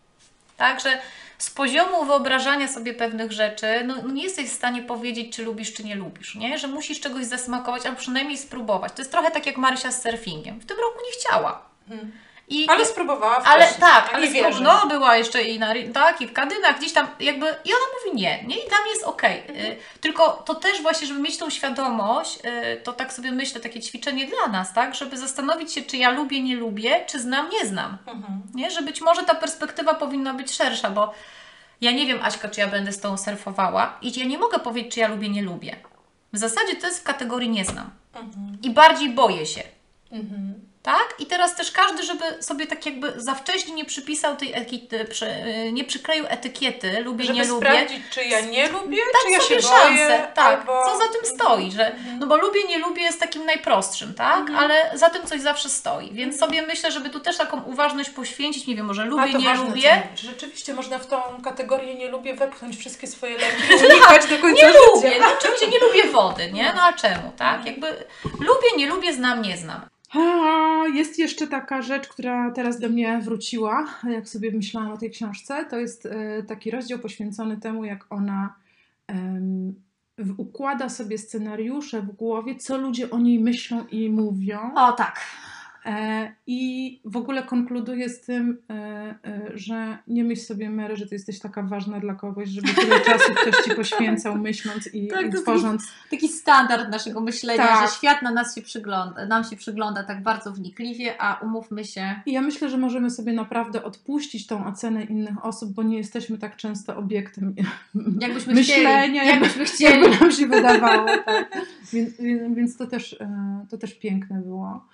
[SPEAKER 2] Także z poziomu wyobrażania sobie pewnych rzeczy, nie jesteś w stanie powiedzieć, czy lubisz, czy nie lubisz, nie? Że musisz czegoś zasmakować, albo przynajmniej spróbować. To jest trochę tak jak Marysia z surfingiem. W tym roku nie chciała.
[SPEAKER 1] Ale spróbowała
[SPEAKER 2] ale
[SPEAKER 1] wcześniej,
[SPEAKER 2] tak,
[SPEAKER 1] nie
[SPEAKER 2] ale
[SPEAKER 1] wierzy.
[SPEAKER 2] no była jeszcze i i w Kadynach gdzieś tam jakby i ona mówi nie, nie? I dla mnie jest okej. Tylko to też właśnie, żeby mieć tą świadomość, to tak sobie myślę, takie ćwiczenie dla nas, tak? Żeby zastanowić się, czy ja lubię, nie lubię, czy znam, nie znam. Nie? Że być może ta perspektywa powinna być szersza, bo ja nie wiem, Aśka, czy ja będę z tą surfowała i ja nie mogę powiedzieć, czy ja lubię, nie lubię. W zasadzie to jest w kategorii nie znam. I bardziej boję się. Tak? I teraz też każdy, żeby sobie tak jakby za wcześnie nie przypisał tej nie przykleił etykiety, lubię,
[SPEAKER 1] Żeby
[SPEAKER 2] nie lubię.
[SPEAKER 1] sprawdzić, czy ja nie lubię,
[SPEAKER 2] Dać
[SPEAKER 1] czy ja
[SPEAKER 2] sobie
[SPEAKER 1] się
[SPEAKER 2] szansę,
[SPEAKER 1] boję,
[SPEAKER 2] tak,
[SPEAKER 1] albo...
[SPEAKER 2] co za tym stoi, że no bo lubię, nie lubię jest takim najprostszym, tak? Ale za tym coś zawsze stoi, więc sobie myślę, żeby tu też taką uważność poświęcić, nie wiem, może lubię,
[SPEAKER 1] to
[SPEAKER 2] nie
[SPEAKER 1] ważne,
[SPEAKER 2] lubię.
[SPEAKER 1] co mówisz. Rzeczywiście można w tą kategorię nie lubię wepchnąć wszystkie swoje lęki i unikać do końca
[SPEAKER 2] Nie
[SPEAKER 1] życia.
[SPEAKER 2] lubię, no oczywiście nie lubię wody, nie? No a czemu, tak? Jakby lubię, nie lubię, znam, nie znam.
[SPEAKER 1] Jest jeszcze taka rzecz, która teraz do mnie wróciła, jak sobie myślałam o tej książce. To jest taki rozdział poświęcony temu, jak ona układa sobie scenariusze w głowie, co ludzie o niej myślą i mówią.
[SPEAKER 2] O tak.
[SPEAKER 1] I w ogóle konkluduje z tym, że nie myśl sobie, Mary, że ty jesteś taka ważna dla kogoś, żeby tyle czasu ktoś ci poświęcał, myśląc i tworząc.
[SPEAKER 2] Taki standard naszego myślenia,
[SPEAKER 1] Tak.
[SPEAKER 2] że świat nam się przygląda tak bardzo wnikliwie, a umówmy się.
[SPEAKER 1] I ja myślę, że możemy sobie naprawdę odpuścić tą ocenę innych osób, bo nie jesteśmy tak często obiektem
[SPEAKER 2] Jakbyśmy
[SPEAKER 1] myślenia,
[SPEAKER 2] jakbyśmy chcieli.
[SPEAKER 1] jakby nam się wydawało. Tak. Więc to też piękne było.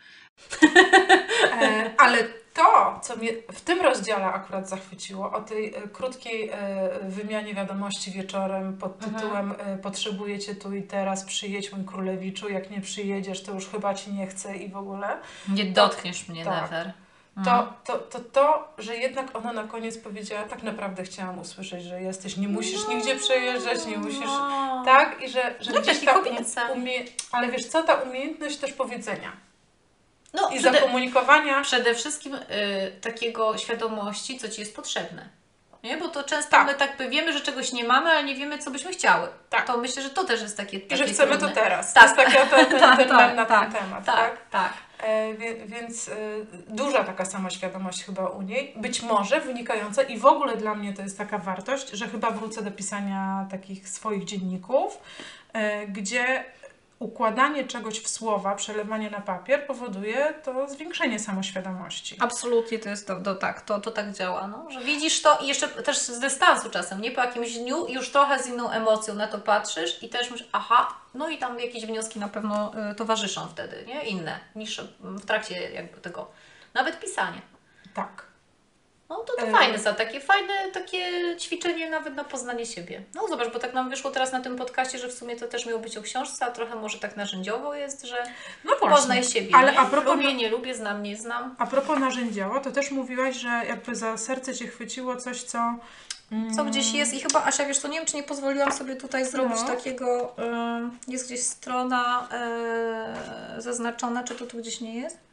[SPEAKER 1] Ale to, co mnie w tym rozdziale akurat zachwyciło, o tej krótkiej wymianie wiadomości wieczorem pod tytułem potrzebuję cię tu i teraz, przyjedź mój królewiczu, jak nie przyjedziesz, to już chyba ci nie chcę i w ogóle.
[SPEAKER 2] Nie dotkniesz mnie,
[SPEAKER 1] tak.
[SPEAKER 2] never.
[SPEAKER 1] To, że jednak ona na koniec powiedziała, tak naprawdę chciałam usłyszeć, że jesteś, nie musisz nigdzie przejeżdżać, nie musisz, tak? I że
[SPEAKER 2] No
[SPEAKER 1] gdzieś
[SPEAKER 2] taki kobieca.
[SPEAKER 1] ale wiesz co, ta umiejętność też powiedzenia.
[SPEAKER 2] No,
[SPEAKER 1] I zakomunikowania.
[SPEAKER 2] Przede wszystkim takiego świadomości, co ci jest potrzebne. Nie? Bo to często
[SPEAKER 1] Tak.
[SPEAKER 2] my tak wiemy, że czegoś nie mamy, ale nie wiemy, co byśmy chciały.
[SPEAKER 1] Tak.
[SPEAKER 2] To myślę, że to też jest takie
[SPEAKER 1] I że chcemy
[SPEAKER 2] trudne.
[SPEAKER 1] to teraz.
[SPEAKER 2] Tak.
[SPEAKER 1] To jest ten mem na ten temat.
[SPEAKER 2] Tak.
[SPEAKER 1] Więc duża taka samoświadomość chyba u niej, być może wynikająca i w ogóle dla mnie to jest taka wartość, że chyba wrócę do pisania takich swoich dzienników, gdzie układanie czegoś w słowa, przelewanie na papier powoduje to zwiększenie samoświadomości.
[SPEAKER 2] Absolutnie to jest to tak działa, no? Że widzisz to i jeszcze też z dystansu czasem, nie? Po jakimś dniu już trochę z inną emocją na to patrzysz i też myślisz, aha, no i tam jakieś wnioski na pewno towarzyszą wtedy, nie? Inne niż w trakcie jakby tego, nawet pisania.
[SPEAKER 1] Tak.
[SPEAKER 2] No to fajne są, takie ćwiczenie nawet na poznanie siebie. No zobacz, bo tak nam wyszło teraz na tym podcaście, że w sumie to też miało być o książce, a trochę może tak narzędziowo jest, że poznaj siebie.
[SPEAKER 1] Ale
[SPEAKER 2] nie?
[SPEAKER 1] a propos,
[SPEAKER 2] lubię, nie lubię, znam, nie znam.
[SPEAKER 1] A propos narzędziowo, to też mówiłaś, że jakby za serce cię chwyciło coś,
[SPEAKER 2] Co gdzieś jest i chyba, Asia, wiesz, to nie wiem, czy nie pozwoliłam sobie tutaj zrobić takiego, jest gdzieś strona zaznaczona, czy to tu gdzieś nie jest?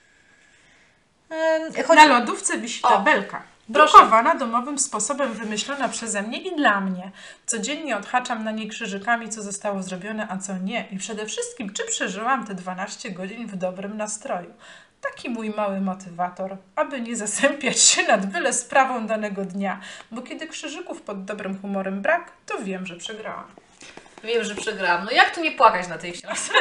[SPEAKER 1] Na lodówce wisi tabelka.
[SPEAKER 2] Proszę.
[SPEAKER 1] Drukowana domowym sposobem, wymyślona przeze mnie i dla mnie. Codziennie odhaczam na niej krzyżykami, co zostało zrobione, a co nie. I przede wszystkim, czy przeżyłam te 12 godzin w dobrym nastroju. Taki mój mały motywator, aby nie zasępiać się nad byle sprawą danego dnia. Bo kiedy krzyżyków pod dobrym humorem brak, to wiem, że przegrałam.
[SPEAKER 2] Wiem, że przegrałam. No jak tu nie płakać na tej książce?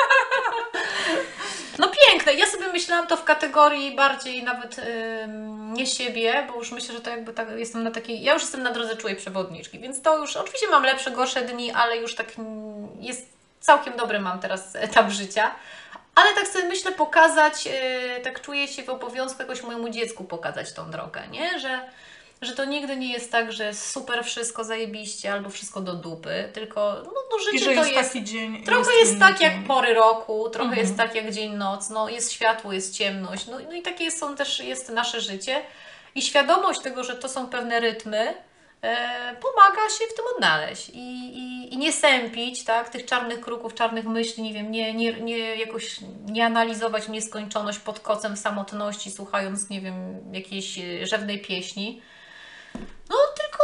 [SPEAKER 2] No piękne. Ja sobie myślałam to w kategorii bardziej nawet nie siebie, bo już myślę, że to jakby tak jestem na takiej... Ja już jestem na drodze czułej przewodniczki, więc to już oczywiście mam lepsze, gorsze dni, ale już tak jest całkiem dobry mam teraz etap życia. Ale tak sobie myślę pokazać, tak czuję się w obowiązku jakoś mojemu dziecku pokazać tą drogę, nie? Że to nigdy nie jest tak, że super wszystko zajebiście albo wszystko do dupy, tylko no życie
[SPEAKER 1] I że
[SPEAKER 2] to
[SPEAKER 1] jest taki dzień.
[SPEAKER 2] Trochę jest tak jak pory roku, trochę jest tak jak dzień, noc, no jest światło, jest ciemność, no i takie jest nasze życie. I świadomość tego, że to są pewne rytmy, pomaga się w tym odnaleźć i nie sępić, tak, tych czarnych kruków, czarnych myśli, nie wiem, jakoś nie analizować w nieskończoność pod kocem samotności, słuchając, nie wiem, jakiejś rzewnej pieśni. No tylko gdzieś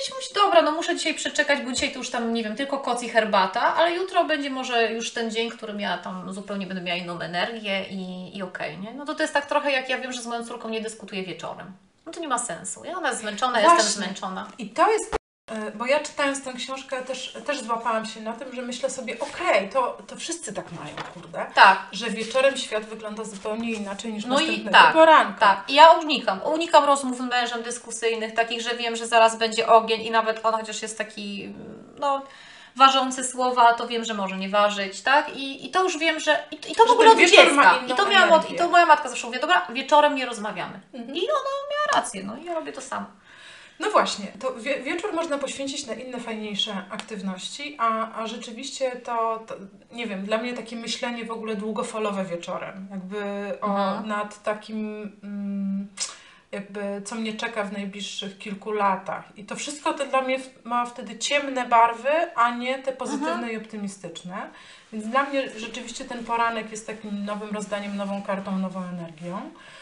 [SPEAKER 2] kiedyś musi, dobra, no muszę dzisiaj przeczekać, bo dzisiaj to już tam, nie wiem, tylko koc i herbata, ale jutro będzie może już ten dzień, którym ja tam zupełnie będę miała inną energię i okej, nie? No to jest tak trochę jak ja wiem, że z moją córką nie dyskutuję wieczorem. No to nie ma sensu. Ona jest zmęczona, ja jestem zmęczona.
[SPEAKER 1] I to jest, bo ja czytając tę książkę też złapałam się na tym, że myślę sobie, okej, to wszyscy tak mają, kurde.
[SPEAKER 2] Tak.
[SPEAKER 1] Że wieczorem świat wygląda zupełnie inaczej niż
[SPEAKER 2] No i
[SPEAKER 1] następnego
[SPEAKER 2] tak,
[SPEAKER 1] poranka.
[SPEAKER 2] tak. I ja unikam rozmów z mężem dyskusyjnych, takich, że wiem, że zaraz będzie ogień i nawet on chociaż jest taki, no, ważący słowa, to wiem, że może nie ważyć, tak? I to już wiem, że... I to w ogóle od dziecka. I to moja matka zawsze mówi, dobra, wieczorem nie rozmawiamy. I ona miała rację, no i ja robię to samo.
[SPEAKER 1] No właśnie, to wieczór można poświęcić na inne fajniejsze aktywności, a rzeczywiście to, nie wiem, dla mnie takie myślenie w ogóle długofalowe wieczorem, jakby nad takim, jakby co mnie czeka w najbliższych kilku latach. I to wszystko to dla mnie ma wtedy ciemne barwy, a nie te pozytywne i optymistyczne. Więc dla mnie rzeczywiście ten poranek jest takim nowym rozdaniem, nową kartą, nową energią.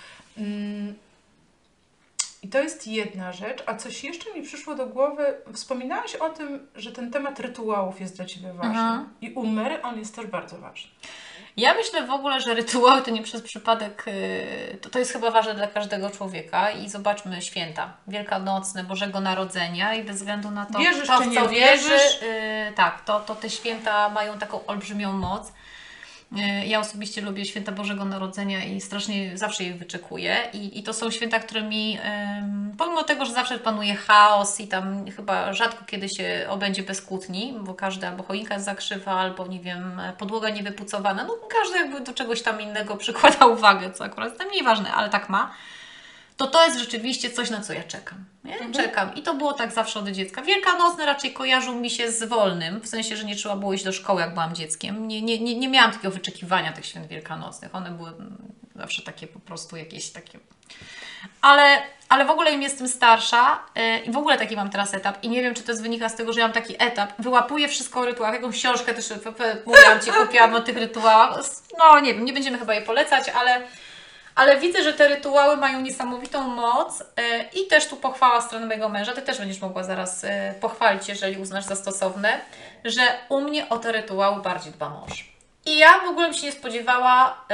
[SPEAKER 1] I to jest jedna rzecz, a coś jeszcze mi przyszło do głowy. Wspominałaś o tym, że ten temat rytuałów jest dla Ciebie ważny. I u Mary on jest też bardzo ważny.
[SPEAKER 2] Ja myślę w ogóle, że rytuały to nie przez przypadek, to jest chyba ważne dla każdego człowieka i zobaczmy święta wielkanocne, Bożego Narodzenia i bez względu na to,
[SPEAKER 1] wierzysz,
[SPEAKER 2] kto
[SPEAKER 1] czy
[SPEAKER 2] w
[SPEAKER 1] nie
[SPEAKER 2] co
[SPEAKER 1] wierzysz,
[SPEAKER 2] tak, to te święta mają taką olbrzymią moc. Ja osobiście lubię święta Bożego Narodzenia i strasznie zawsze je wyczekuję. I to są święta, które mi, pomimo tego, że zawsze panuje chaos i tam chyba rzadko kiedy się obędzie bez kłótni, bo każda albo choinka jest za krzywa, albo nie wiem, podłoga niewypucowana, no każdy jakby do czegoś tam innego przykłada uwagę, co akurat jest mniej ważne, ale tak ma. To jest rzeczywiście coś, na co ja czekam. Nie? Czekam. I to było tak zawsze od dziecka. Wielkanocne raczej kojarzą mi się z wolnym, w sensie, że nie trzeba było iść do szkoły, jak byłam dzieckiem. Nie miałam takiego wyczekiwania tych świąt wielkanocnych. One były zawsze takie po prostu jakieś takie... Ale w ogóle im jestem starsza i w ogóle taki mam teraz etap i nie wiem, czy to wynika z tego, że ja mam taki etap, wyłapuję wszystko o rytuałach, jakąś książkę też mówiłam Ci, kupiłam o tych rytuałach. No nie wiem, nie będziemy chyba je polecać, ale widzę, że te rytuały mają niesamowitą moc i też tu pochwała strony mojego męża, Ty też będziesz mogła zaraz pochwalić, jeżeli uznasz za stosowne, że u mnie o te rytuały bardziej dba mąż. I ja w ogóle bym się nie spodziewała,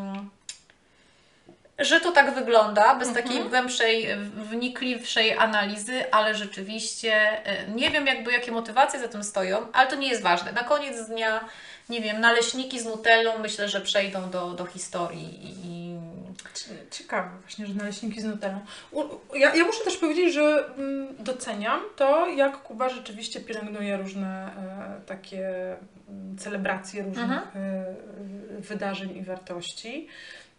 [SPEAKER 2] że to tak wygląda, bez takiej głębszej, wnikliwszej analizy, ale rzeczywiście nie wiem jakie motywacje za tym stoją, ale to nie jest ważne. Na koniec dnia, nie wiem, naleśniki z nutellą myślę, że przejdą do historii
[SPEAKER 1] Ciekawe właśnie, że naleśniki z nutellą. Ja muszę też powiedzieć, że doceniam to, jak Kuba rzeczywiście pielęgnuje różne takie celebracje różnych wydarzeń i wartości.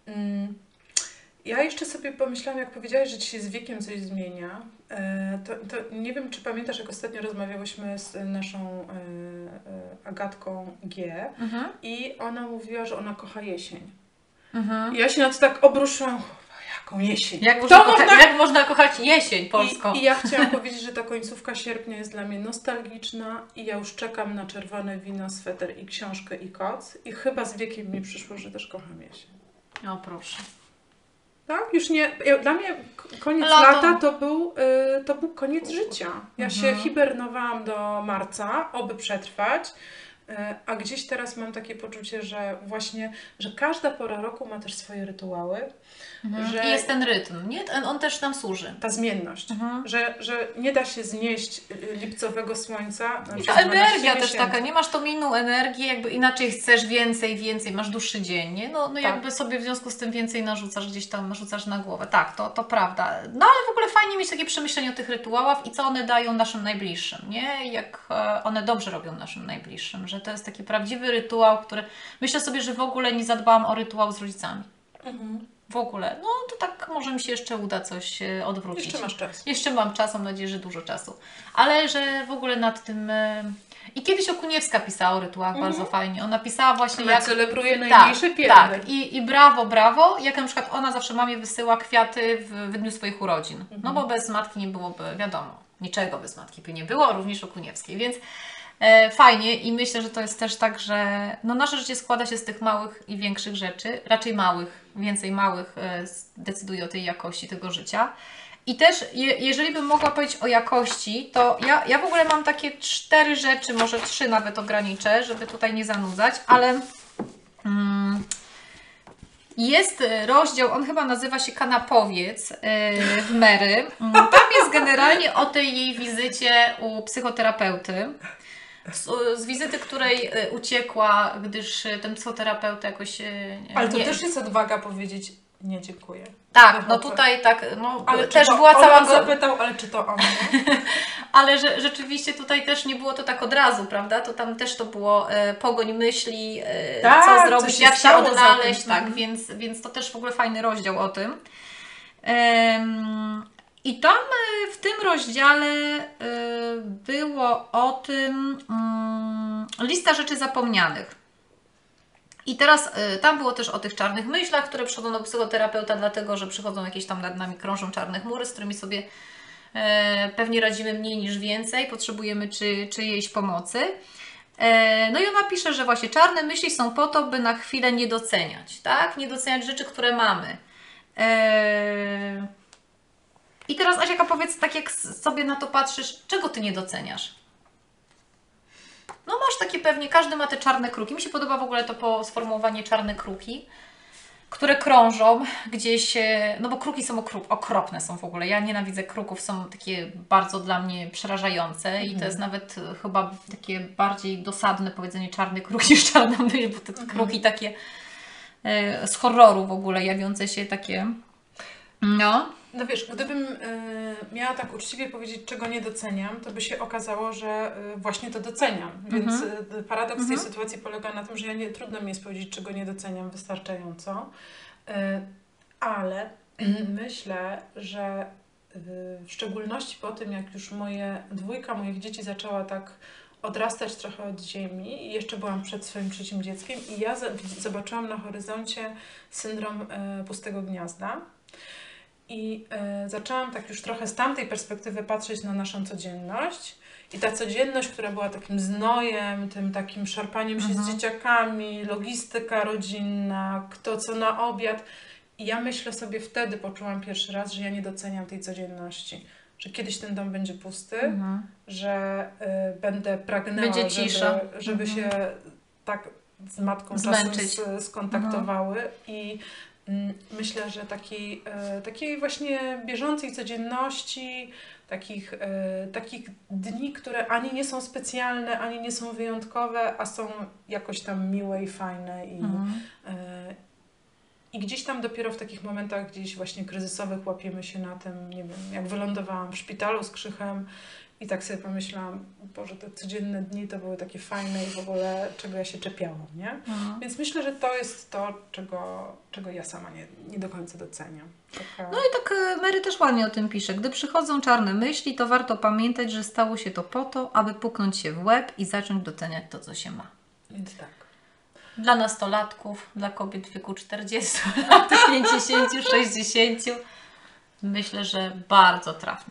[SPEAKER 1] Ja jeszcze sobie pomyślałam, jak powiedziałaś, że Ci się z wiekiem coś zmienia. To nie wiem, czy pamiętasz, jak ostatnio rozmawiałyśmy z naszą Agatką G. I ona mówiła, że ona kocha jesień. Ja się na to tak obruszyłam. Jaką jesień?
[SPEAKER 2] Jak można kochać jesień polską?
[SPEAKER 1] I ja chciałam powiedzieć, że ta końcówka sierpnia jest dla mnie nostalgiczna i ja już czekam na czerwone wino, sweter i książkę i koc. I chyba z wiekiem mi przyszło, że też kocham jesień.
[SPEAKER 2] O proszę.
[SPEAKER 1] Tak? Już nie... Dla mnie koniec lata to był koniec życia. Ja się hibernowałam do marca, oby przetrwać. A gdzieś teraz mam takie poczucie, że właśnie, że każda pora roku ma też swoje rytuały. Że
[SPEAKER 2] I jest ten rytm, nie? On też nam służy.
[SPEAKER 1] Ta zmienność, że nie da się znieść lipcowego słońca.
[SPEAKER 2] I ta energia też taka, nie masz tą inną energię, jakby inaczej chcesz więcej, masz dłuższy dzień, nie? No tak. Jakby sobie w związku z tym więcej narzucasz gdzieś tam, narzucasz na głowę. Tak, to prawda. No ale w ogóle fajnie mieć takie przemyślenie o tych rytuałach i co one dają naszym najbliższym, nie? Jak one dobrze robią naszym najbliższym, że to jest taki prawdziwy rytuał, który... Myślę sobie, że w ogóle nie zadbałam o rytuał z rodzicami. W ogóle. No to tak może mi się jeszcze uda coś odwrócić.
[SPEAKER 1] Jeszcze masz czas.
[SPEAKER 2] Jeszcze mam czas, mam nadzieję, że dużo czasu. Ale że w ogóle nad tym... I kiedyś Okuniewska pisała o rytuałach bardzo fajnie. Ona pisała właśnie
[SPEAKER 1] jak... celebruje najmniejsze pierdy.
[SPEAKER 2] Tak. I brawo. Jak na przykład ona zawsze mamie wysyła kwiaty w dniu swoich urodzin. No bo bez matki nie byłoby, wiadomo, niczego bez matki by nie było, również Okuniewskiej. Więc fajnie i myślę, że to jest też tak, że no nasze życie składa się z tych małych i większych rzeczy, raczej małych, więcej małych decyduje o tej jakości tego życia. I też, jeżeli bym mogła powiedzieć o jakości, to ja w ogóle mam takie 4 rzeczy, może 3 nawet ograniczę, żeby tutaj nie zanudzać, ale jest rozdział, on chyba nazywa się Kanapowiec w Mary. Tam jest generalnie o tej jej wizycie u psychoterapeuty. Z wizyty, której uciekła, gdyż ten psychoterapeuta jakoś...
[SPEAKER 1] Ale to też jest odwaga powiedzieć nie, dziękuję.
[SPEAKER 2] Tak, no tutaj tak, no
[SPEAKER 1] ale
[SPEAKER 2] też
[SPEAKER 1] to
[SPEAKER 2] była cała...
[SPEAKER 1] zapytał, ale czy to on?
[SPEAKER 2] Ale rzeczywiście tutaj też nie było to tak od razu, prawda? To tam też to było pogoń myśli,
[SPEAKER 1] tak,
[SPEAKER 2] co zrobić, jak się odnaleźć, tak, więc to też w ogóle fajny rozdział o tym. I tam w tym rozdziale było o tym lista rzeczy zapomnianych. I teraz tam było też o tych czarnych myślach, które przychodzą do psychoterapeuta, dlatego że przychodzą jakieś tam nad nami krążą czarne chmury, z którymi sobie pewnie radzimy mniej niż więcej, potrzebujemy czyjejś pomocy. No i ona pisze, że właśnie czarne myśli są po to, by na chwilę nie doceniać, tak? Nie doceniać rzeczy, które mamy. I teraz Asiaka, powiedz, tak jak sobie na to patrzysz, czego Ty nie doceniasz? No masz takie pewnie, każdy ma te czarne kruki. Mi się podoba w ogóle to sformułowanie czarne kruki, które krążą gdzieś, no bo kruki są okropne są w ogóle. Ja nienawidzę kruków, są takie bardzo dla mnie przerażające i to jest nawet chyba takie bardziej dosadne powiedzenie czarny kruk niż czarna myśl, bo te kruki takie z horroru w ogóle jawiące się takie, no.
[SPEAKER 1] No wiesz, gdybym miała tak uczciwie powiedzieć, czego nie doceniam, to by się okazało, że właśnie to doceniam. Więc paradoks tej sytuacji polega na tym, że trudno mi jest powiedzieć, czego nie doceniam wystarczająco. Ale myślę, że w szczególności po tym, jak już dwójka moich dzieci zaczęła tak odrastać trochę od ziemi i jeszcze byłam przed swoim trzecim dzieckiem i ja zobaczyłam na horyzoncie syndrom pustego gniazda. I zaczęłam tak już trochę z tamtej perspektywy patrzeć na naszą codzienność. I ta codzienność, która była takim znojem, tym takim szarpaniem się z dzieciakami, logistyka rodzinna, kto co na obiad. I ja myślę sobie, wtedy poczułam pierwszy raz, że ja nie doceniam tej codzienności. Że kiedyś ten dom będzie pusty, że będę pragnęła, żeby się tak z matką czasem skontaktowały. I myślę, że takiej właśnie bieżącej codzienności, takich dni, które ani nie są specjalne, ani nie są wyjątkowe, a są jakoś tam miłe i fajne. I gdzieś tam dopiero w takich momentach gdzieś właśnie kryzysowych łapiemy się na tym, nie wiem, jak wylądowałam w szpitalu z Krzychem i tak sobie pomyślałam, Boże, te codzienne dni to były takie fajne i w ogóle czego ja się czepiałam, nie? Więc myślę, że to jest to, czego ja sama nie do końca doceniam.
[SPEAKER 2] No i tak Mary też ładnie o tym pisze. Gdy przychodzą czarne myśli, to warto pamiętać, że stało się to po to, aby puknąć się w łeb i zacząć doceniać to, co się ma.
[SPEAKER 1] Więc tak.
[SPEAKER 2] Dla nastolatków, dla kobiet w wieku 40 lat, 50, 60 myślę, że bardzo trafne.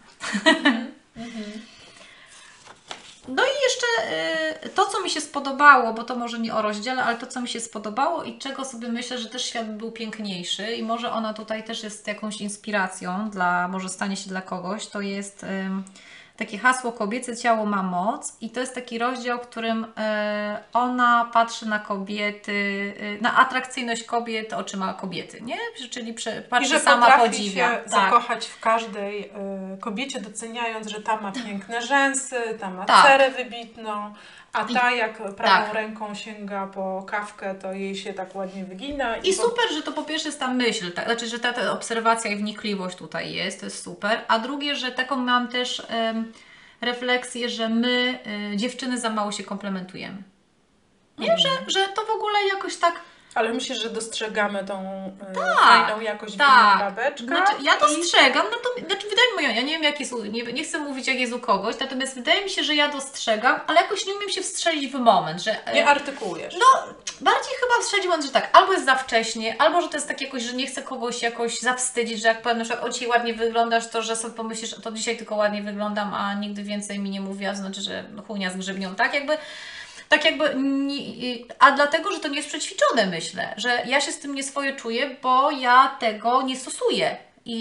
[SPEAKER 2] No i jeszcze to, co mi się spodobało, bo to może nie o rozdziale, ale to, co mi się spodobało i czego sobie myślę, że też świat był piękniejszy i może ona tutaj też jest jakąś inspiracją, może stanie się dla kogoś, to jest takie hasło kobiece ciało ma moc i to jest taki rozdział, w którym ona patrzy na kobiety, na atrakcyjność kobiet oczyma kobiety, nie? Czyli patrzy,
[SPEAKER 1] że
[SPEAKER 2] sama podziwia.
[SPEAKER 1] Się zakochać w każdej kobiecie, doceniając, że ta ma piękne rzęsy, ta ma cerę wybitną, a ta jak prawą ręką sięga po kawkę, to jej się tak ładnie wygina.
[SPEAKER 2] I super, że to po pierwsze jest ta myśl, znaczy, że ta obserwacja i wnikliwość tutaj jest, to jest super. A drugie, że taką mam też refleksję, że my, dziewczyny, za mało się komplementujemy. Nie, że to w ogóle jakoś tak...
[SPEAKER 1] Ale myślisz, że dostrzegamy tą fajną jakość w innych babeczkach?
[SPEAKER 2] Znaczy, ja dostrzegam, wydaje mi Ja nie wiem, jak jest, nie chcę mówić, jak jest u kogoś, natomiast wydaje mi się, że ja dostrzegam, ale jakoś nie umiem się wstrzelić w moment, że...
[SPEAKER 1] Nie artykułujesz.
[SPEAKER 2] No, bardziej chyba wstrzelić w moment, że tak, albo jest za wcześnie, albo że to jest tak jakoś, że nie chcę kogoś jakoś zawstydzić, że jak powiem, na przykład, o dzisiaj ładnie wyglądasz, to że sobie pomyślisz, to dzisiaj tylko ładnie wyglądam, a nigdy więcej mi nie mówi, a to znaczy, że chujnia z grzybnią, tak jakby, a dlatego, że to nie jest przećwiczone, myślę, że ja się z tym nieswojo czuję, bo ja tego nie stosuję.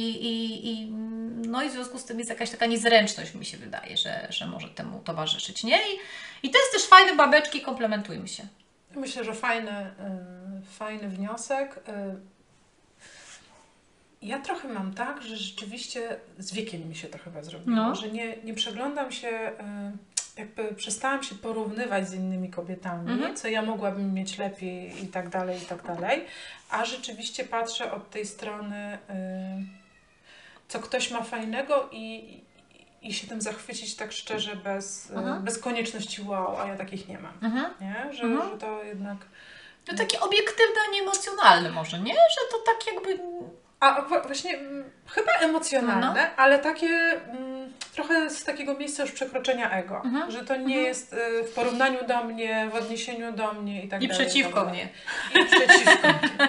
[SPEAKER 2] No i w związku z tym jest jakaś taka niezręczność, mi się wydaje, że może temu towarzyszyć, nie? I to jest też fajne, babeczki, komplementujmy się.
[SPEAKER 1] Myślę, że fajny wniosek. Ja trochę mam tak, że rzeczywiście z wiekiem mi się to chyba zrobiło, że nie przeglądam się, jakby przestałam się porównywać z innymi kobietami, co ja mogłabym mieć lepiej i tak dalej, a rzeczywiście patrzę od tej strony, co ktoś ma fajnego i się tym zachwycić tak szczerze, bez konieczności wow, a ja takich nie mam. Nie? Że to jednak...
[SPEAKER 2] To takie obiektywne, a nie emocjonalne może, nie? Że to tak jakby...
[SPEAKER 1] A właśnie chyba emocjonalne, ale takie trochę z takiego miejsca już przekroczenia ego, że to nie jest w porównaniu do mnie, w odniesieniu do mnie i tak dalej.
[SPEAKER 2] I przeciwko mnie.
[SPEAKER 1] I przeciwko mnie.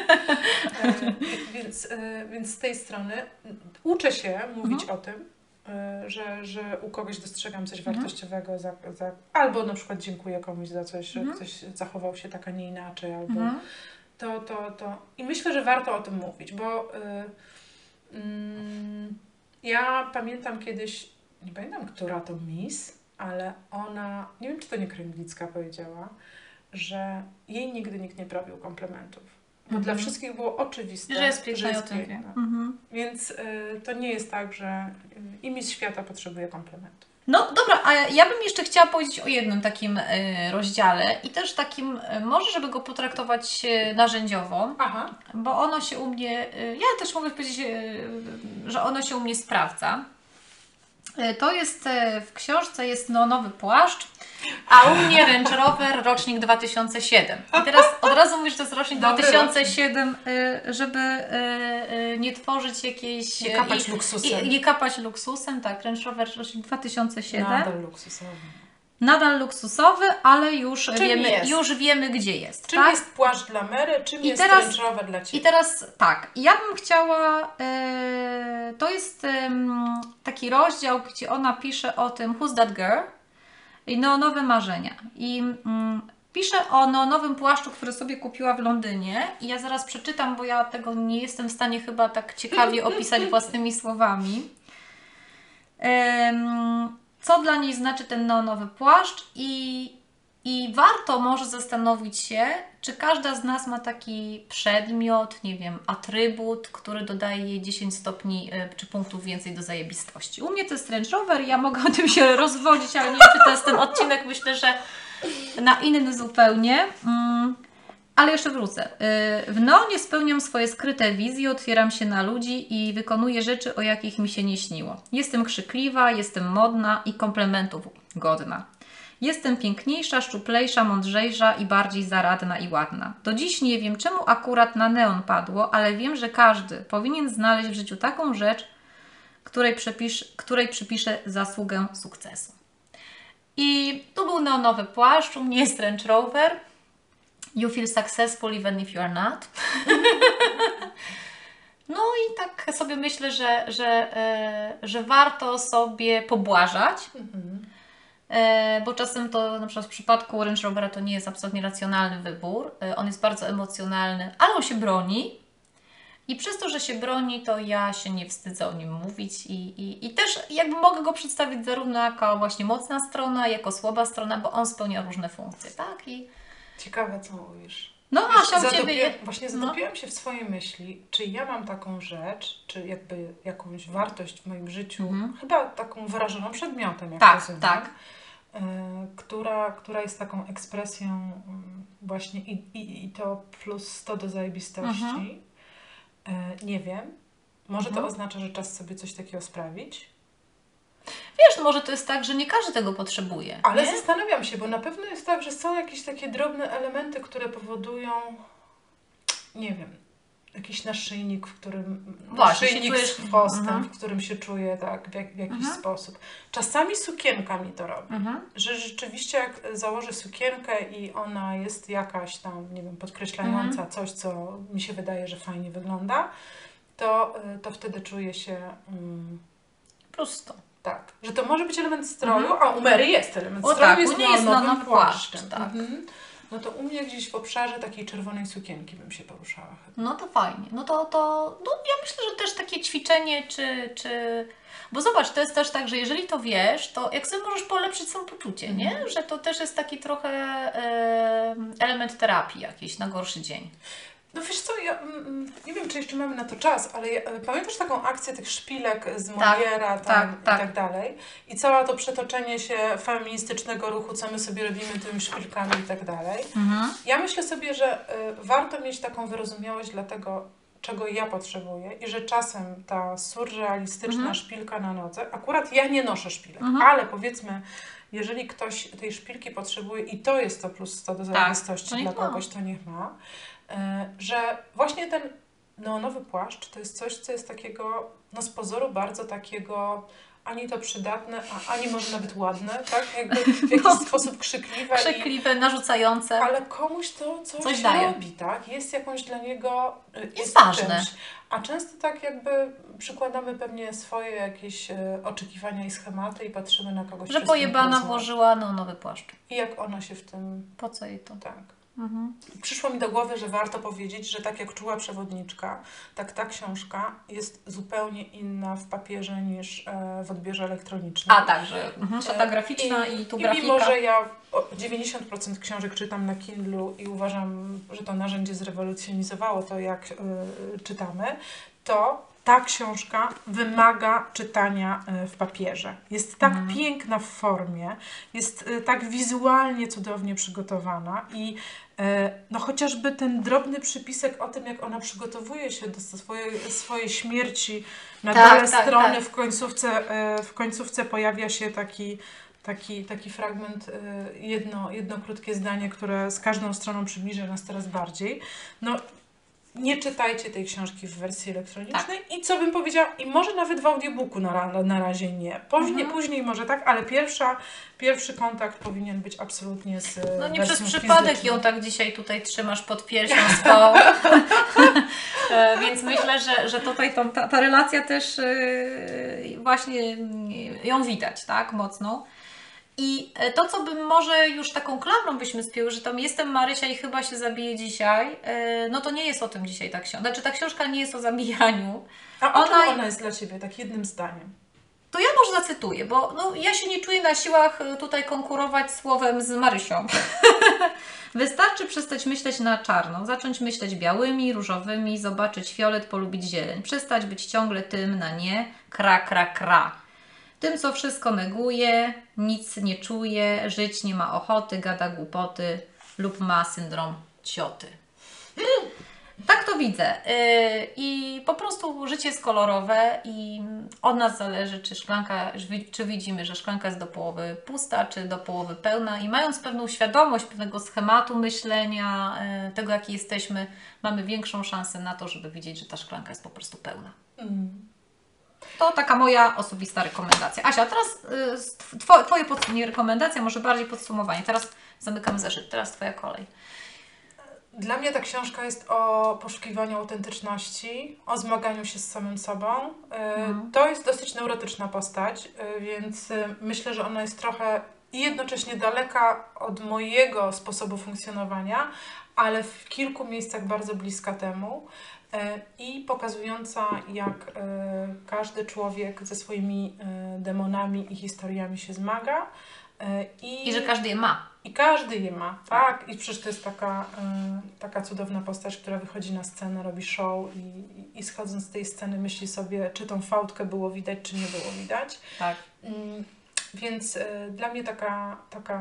[SPEAKER 1] Więc z tej strony uczę się mówić o tym, że u kogoś dostrzegam coś wartościowego, albo na przykład dziękuję komuś za coś, że ktoś zachował się tak, a nie inaczej, albo to. I myślę, że warto o tym mówić, bo ja pamiętam kiedyś, nie pamiętam, która to Miss, ale ona, nie wiem, czy to nie Kręglicka powiedziała, że jej nigdy nikt nie prawił komplementów. Bo dla wszystkich było oczywiste,
[SPEAKER 2] że jest piękna.
[SPEAKER 1] Więc to nie jest tak, że i Miss Świata potrzebuje komplementów.
[SPEAKER 2] No dobra, a ja bym jeszcze chciała powiedzieć o jednym takim rozdziale i też takim, może żeby go potraktować narzędziowo, bo ono się u mnie, ja też mogę powiedzieć, że ono się u mnie sprawdza. To jest, w książce jest nowy płaszcz, a u mnie Range Rover rocznik 2007. I teraz od razu mówię, że to jest rocznik 2007, żeby nie tworzyć jakiejś...
[SPEAKER 1] Nie kapać luksusem.
[SPEAKER 2] Nie kapać luksusem, tak, Range Rover rocznik 2007.
[SPEAKER 1] Nadal luksusowy.
[SPEAKER 2] Nadal luksusowy, ale już wiemy, gdzie jest.
[SPEAKER 1] Czym jest płaszcz dla Mary, czym jest Range Rover dla Ciebie?
[SPEAKER 2] I teraz tak, ja bym chciała, to jest taki rozdział, gdzie ona pisze o tym Who's That Girl? I neonowe marzenia. I pisze o neonowym płaszczu, który sobie kupiła w Londynie. I ja zaraz przeczytam, bo ja tego nie jestem w stanie chyba tak ciekawie opisać własnymi słowami. Co dla niej znaczy ten neonowy płaszcz i warto może zastanowić się, czy każda z nas ma taki przedmiot, nie wiem, atrybut, który dodaje jej 10 stopni czy punktów więcej do zajebistości. U mnie to jest Range Rover, ja mogę o tym się rozwodzić, ale nie wiem, czy to jest ten odcinek, myślę, że na inny zupełnie. Ale jeszcze wrócę. W neonie spełniam swoje skryte wizje, otwieram się na ludzi i wykonuję rzeczy, o jakich mi się nie śniło. Jestem krzykliwa, jestem modna i komplementów godna. Jestem piękniejsza, szczuplejsza, mądrzejsza i bardziej zaradna i ładna. Do dziś nie wiem, czemu akurat na neon padło, ale wiem, że każdy powinien znaleźć w życiu taką rzecz, której przypiszę zasługę sukcesu. I tu był neonowy płaszcz, u mnie jest Range Rover. You feel successful even if you are not. No i tak sobie myślę, że warto sobie pobłażać, bo czasem to na przykład w przypadku Range Rovera to nie jest absolutnie racjonalny wybór. On jest bardzo emocjonalny, ale on się broni. I przez to, że się broni, to ja się nie wstydzę o nim mówić i też jakby mogę go przedstawić zarówno jako właśnie mocna strona, jako słaba strona, bo on spełnia różne funkcje, tak?
[SPEAKER 1] Ciekawe, co mówisz.
[SPEAKER 2] No, Asia, u Ciebie...
[SPEAKER 1] Właśnie zatopiłam się w swojej myśli, czy ja mam taką rzecz, czy jakby jakąś wartość w moim życiu, chyba taką wyrażoną przedmiotem, jak rozumiem, która jest taką ekspresją właśnie i to plus 100 do zajebistości. Nie wiem. Może to oznacza, że czas sobie coś takiego sprawić?
[SPEAKER 2] Wiesz, no może to jest tak, że nie każdy tego potrzebuje.
[SPEAKER 1] Ale
[SPEAKER 2] nie?
[SPEAKER 1] zastanawiam się, bo na pewno jest tak, że są jakieś takie drobne elementy, które powodują, nie wiem, jakiś naszyjnik, w którym
[SPEAKER 2] Właśnie,
[SPEAKER 1] naszyjnik
[SPEAKER 2] się
[SPEAKER 1] z chwostem,
[SPEAKER 2] Mhm.
[SPEAKER 1] w którym się czuję tak w jakiś sposób. Czasami sukienka mi to robi. Że rzeczywiście jak założę sukienkę i ona jest jakaś tam, nie wiem, podkreślająca coś, co mi się wydaje, że fajnie wygląda, to wtedy czuję się
[SPEAKER 2] Prosto.
[SPEAKER 1] tak, że to może być element stroju, a u Mary jest element
[SPEAKER 2] O
[SPEAKER 1] stroju,
[SPEAKER 2] tak,
[SPEAKER 1] jest
[SPEAKER 2] u niej jest
[SPEAKER 1] neonowym
[SPEAKER 2] neonowy płaszcz,
[SPEAKER 1] płaszczem.
[SPEAKER 2] tak.
[SPEAKER 1] No to u mnie gdzieś w obszarze takiej czerwonej sukienki bym się poruszała chyba.
[SPEAKER 2] No to fajnie. No no ja myślę, że też takie ćwiczenie, Bo zobacz, to jest też tak, że jeżeli to wiesz, to jak sobie możesz polepszyć samopoczucie, nie? Że to też jest taki trochę element terapii jakiejś na gorszy dzień.
[SPEAKER 1] No wiesz co, ja nie wiem, czy jeszcze mamy na to czas, ale pamiętasz taką akcję tych szpilek z Moliera i tak dalej? I całe to przetoczenie się feministycznego ruchu, co my sobie robimy tymi szpilkami i tak dalej. Ja myślę sobie, że warto mieć taką wyrozumiałość dla tego, czego ja potrzebuję i że czasem ta surrealistyczna szpilka na nodze, akurat ja nie noszę szpilek, ale powiedzmy, jeżeli ktoś tej szpilki potrzebuje i to jest to plus 100 do zajebistości dla kogoś, to niech ma. Że właśnie ten neonowy płaszcz to jest coś, co jest takiego, no z pozoru bardzo takiego ani to przydatne, ani może nawet ładne, tak? Jakby w jakiś sposób krzykliwe.
[SPEAKER 2] Krzykliwe, narzucające.
[SPEAKER 1] Ale komuś to coś
[SPEAKER 2] daje.
[SPEAKER 1] robi, tak? Jest jakąś dla niego...
[SPEAKER 2] Jest ważne.
[SPEAKER 1] Czymś. A często tak jakby przykładamy pewnie swoje jakieś oczekiwania i schematy i patrzymy na kogoś...
[SPEAKER 2] Że pojebana włożyła neonowy płaszcz.
[SPEAKER 1] I jak ona się w tym...
[SPEAKER 2] Po co jej to?
[SPEAKER 1] Tak. Przyszło mi do głowy, że warto powiedzieć, że tak jak czuła przewodniczka, tak ta książka jest zupełnie inna w papierze niż w odbiorze elektronicznym.
[SPEAKER 2] A także szata graficzna i tu grafika.
[SPEAKER 1] Mimo, że ja 90% książek czytam na Kindlu i uważam, że to narzędzie zrewolucjonizowało to, jak czytamy, to ta książka wymaga czytania w papierze. Jest tak piękna w formie, jest tak wizualnie cudownie przygotowana i no chociażby ten drobny przypisek o tym, jak ona przygotowuje się do swojej śmierci na dole strony. W końcówce pojawia się taki fragment, jedno krótkie zdanie, które z każdą stroną przybliża nas coraz bardziej. No, nie czytajcie tej książki w wersji elektronicznej i co bym powiedziała, i może nawet w audiobooku na razie nie. Później może tak, ale pierwszy kontakt powinien być absolutnie z
[SPEAKER 2] No nie
[SPEAKER 1] wersją
[SPEAKER 2] przez przypadek
[SPEAKER 1] fizyczną.
[SPEAKER 2] ją tak dzisiaj tutaj trzymasz pod piersią swą. Więc myślę, że tutaj ta relacja też właśnie ją widać, tak, mocno. I to, co bym może już taką klamrą byśmy spięły, że tam jestem Marysia i chyba się zabiję dzisiaj, no to nie jest o tym dzisiaj ta książka. Znaczy ta książka nie jest o zabijaniu.
[SPEAKER 1] A o czym ona jest dla Ciebie, tak jednym zdaniem?
[SPEAKER 2] To ja może zacytuję, bo no, ja się nie czuję na siłach tutaj konkurować słowem z Marysią. Wystarczy przestać myśleć na czarno, zacząć myśleć białymi, różowymi, zobaczyć fiolet, polubić zieleń. Przestać być ciągle tym na nie, kra. Tym, co wszystko neguje, nic nie czuje, żyć nie ma ochoty, gada głupoty lub ma syndrom cioty. Tak to widzę. I po prostu życie jest kolorowe i od nas zależy, czy widzimy, że szklanka jest do połowy pusta, czy do połowy pełna. I mając pewną świadomość pewnego schematu myślenia, tego jaki jesteśmy, mamy większą szansę na to, żeby widzieć, że ta szklanka jest po prostu pełna. To taka moja osobista rekomendacja. Asia, teraz Twoje nie rekomendacja, może bardziej podsumowanie. Teraz zamykamy zeszyt, teraz Twoja kolej.
[SPEAKER 1] Dla mnie ta książka jest o poszukiwaniu autentyczności, o zmaganiu się z samym sobą. To jest dosyć neurotyczna postać, więc myślę, że ona jest trochę i jednocześnie daleka od mojego sposobu funkcjonowania, ale w kilku miejscach bardzo bliska temu. I pokazująca, jak każdy człowiek ze swoimi demonami i historiami się zmaga.
[SPEAKER 2] I że każdy je ma.
[SPEAKER 1] I każdy je ma, tak. I przecież to jest taka cudowna postać, która wychodzi na scenę, robi show i schodząc z tej sceny myśli sobie, czy tą fałdkę było widać, czy nie było widać.
[SPEAKER 2] Tak.
[SPEAKER 1] Więc dla mnie taka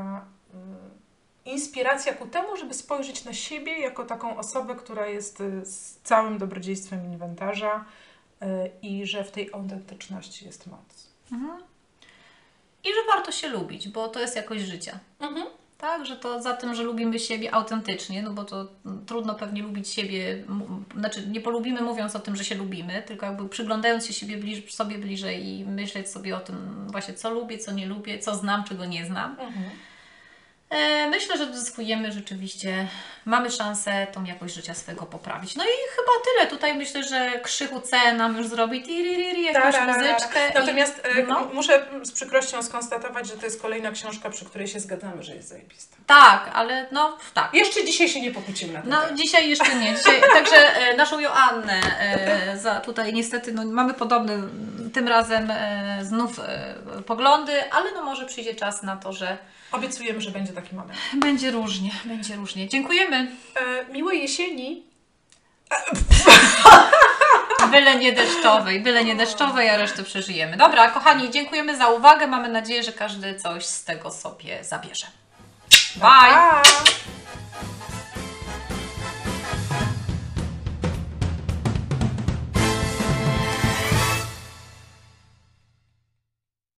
[SPEAKER 1] inspiracja ku temu, żeby spojrzeć na siebie jako taką osobę, która jest z całym dobrodziejstwem inwentarza i że w tej autentyczności jest moc.
[SPEAKER 2] I że warto się lubić, bo to jest jakość życia. Tak, że to za tym, że lubimy siebie autentycznie, no bo to trudno pewnie lubić siebie, znaczy nie polubimy mówiąc o tym, że się lubimy, tylko jakby przyglądając się sobie bliżej i myśleć sobie o tym właśnie, co lubię, co nie lubię, co znam, czego nie znam. Myślę, że zyskujemy rzeczywiście, mamy szansę tą jakość życia swego poprawić. No i chyba tyle. Tutaj myślę, że Krzychu C nam już zrobi tiririri, jakąś muzyczkę.
[SPEAKER 1] Natomiast muszę z przykrością skonstatować, że to jest kolejna książka, przy której się zgadzamy, że jest zajebista.
[SPEAKER 2] Tak, ale no tak.
[SPEAKER 1] Jeszcze dzisiaj się nie pokłócimy na ten temat.
[SPEAKER 2] Dzisiaj jeszcze nie. Także naszą Joannę tutaj niestety mamy podobne tym razem znów poglądy, ale no może przyjdzie czas na to, że
[SPEAKER 1] obiecujemy, że będzie taki moment.
[SPEAKER 2] Będzie różnie, będzie różnie. Dziękujemy.
[SPEAKER 1] Miłej jesieni.
[SPEAKER 2] Byle nie deszczowej, a resztę przeżyjemy. Dobra, kochani, dziękujemy za uwagę. Mamy nadzieję, że każdy coś z tego sobie zabierze. Bye!
[SPEAKER 1] Pa!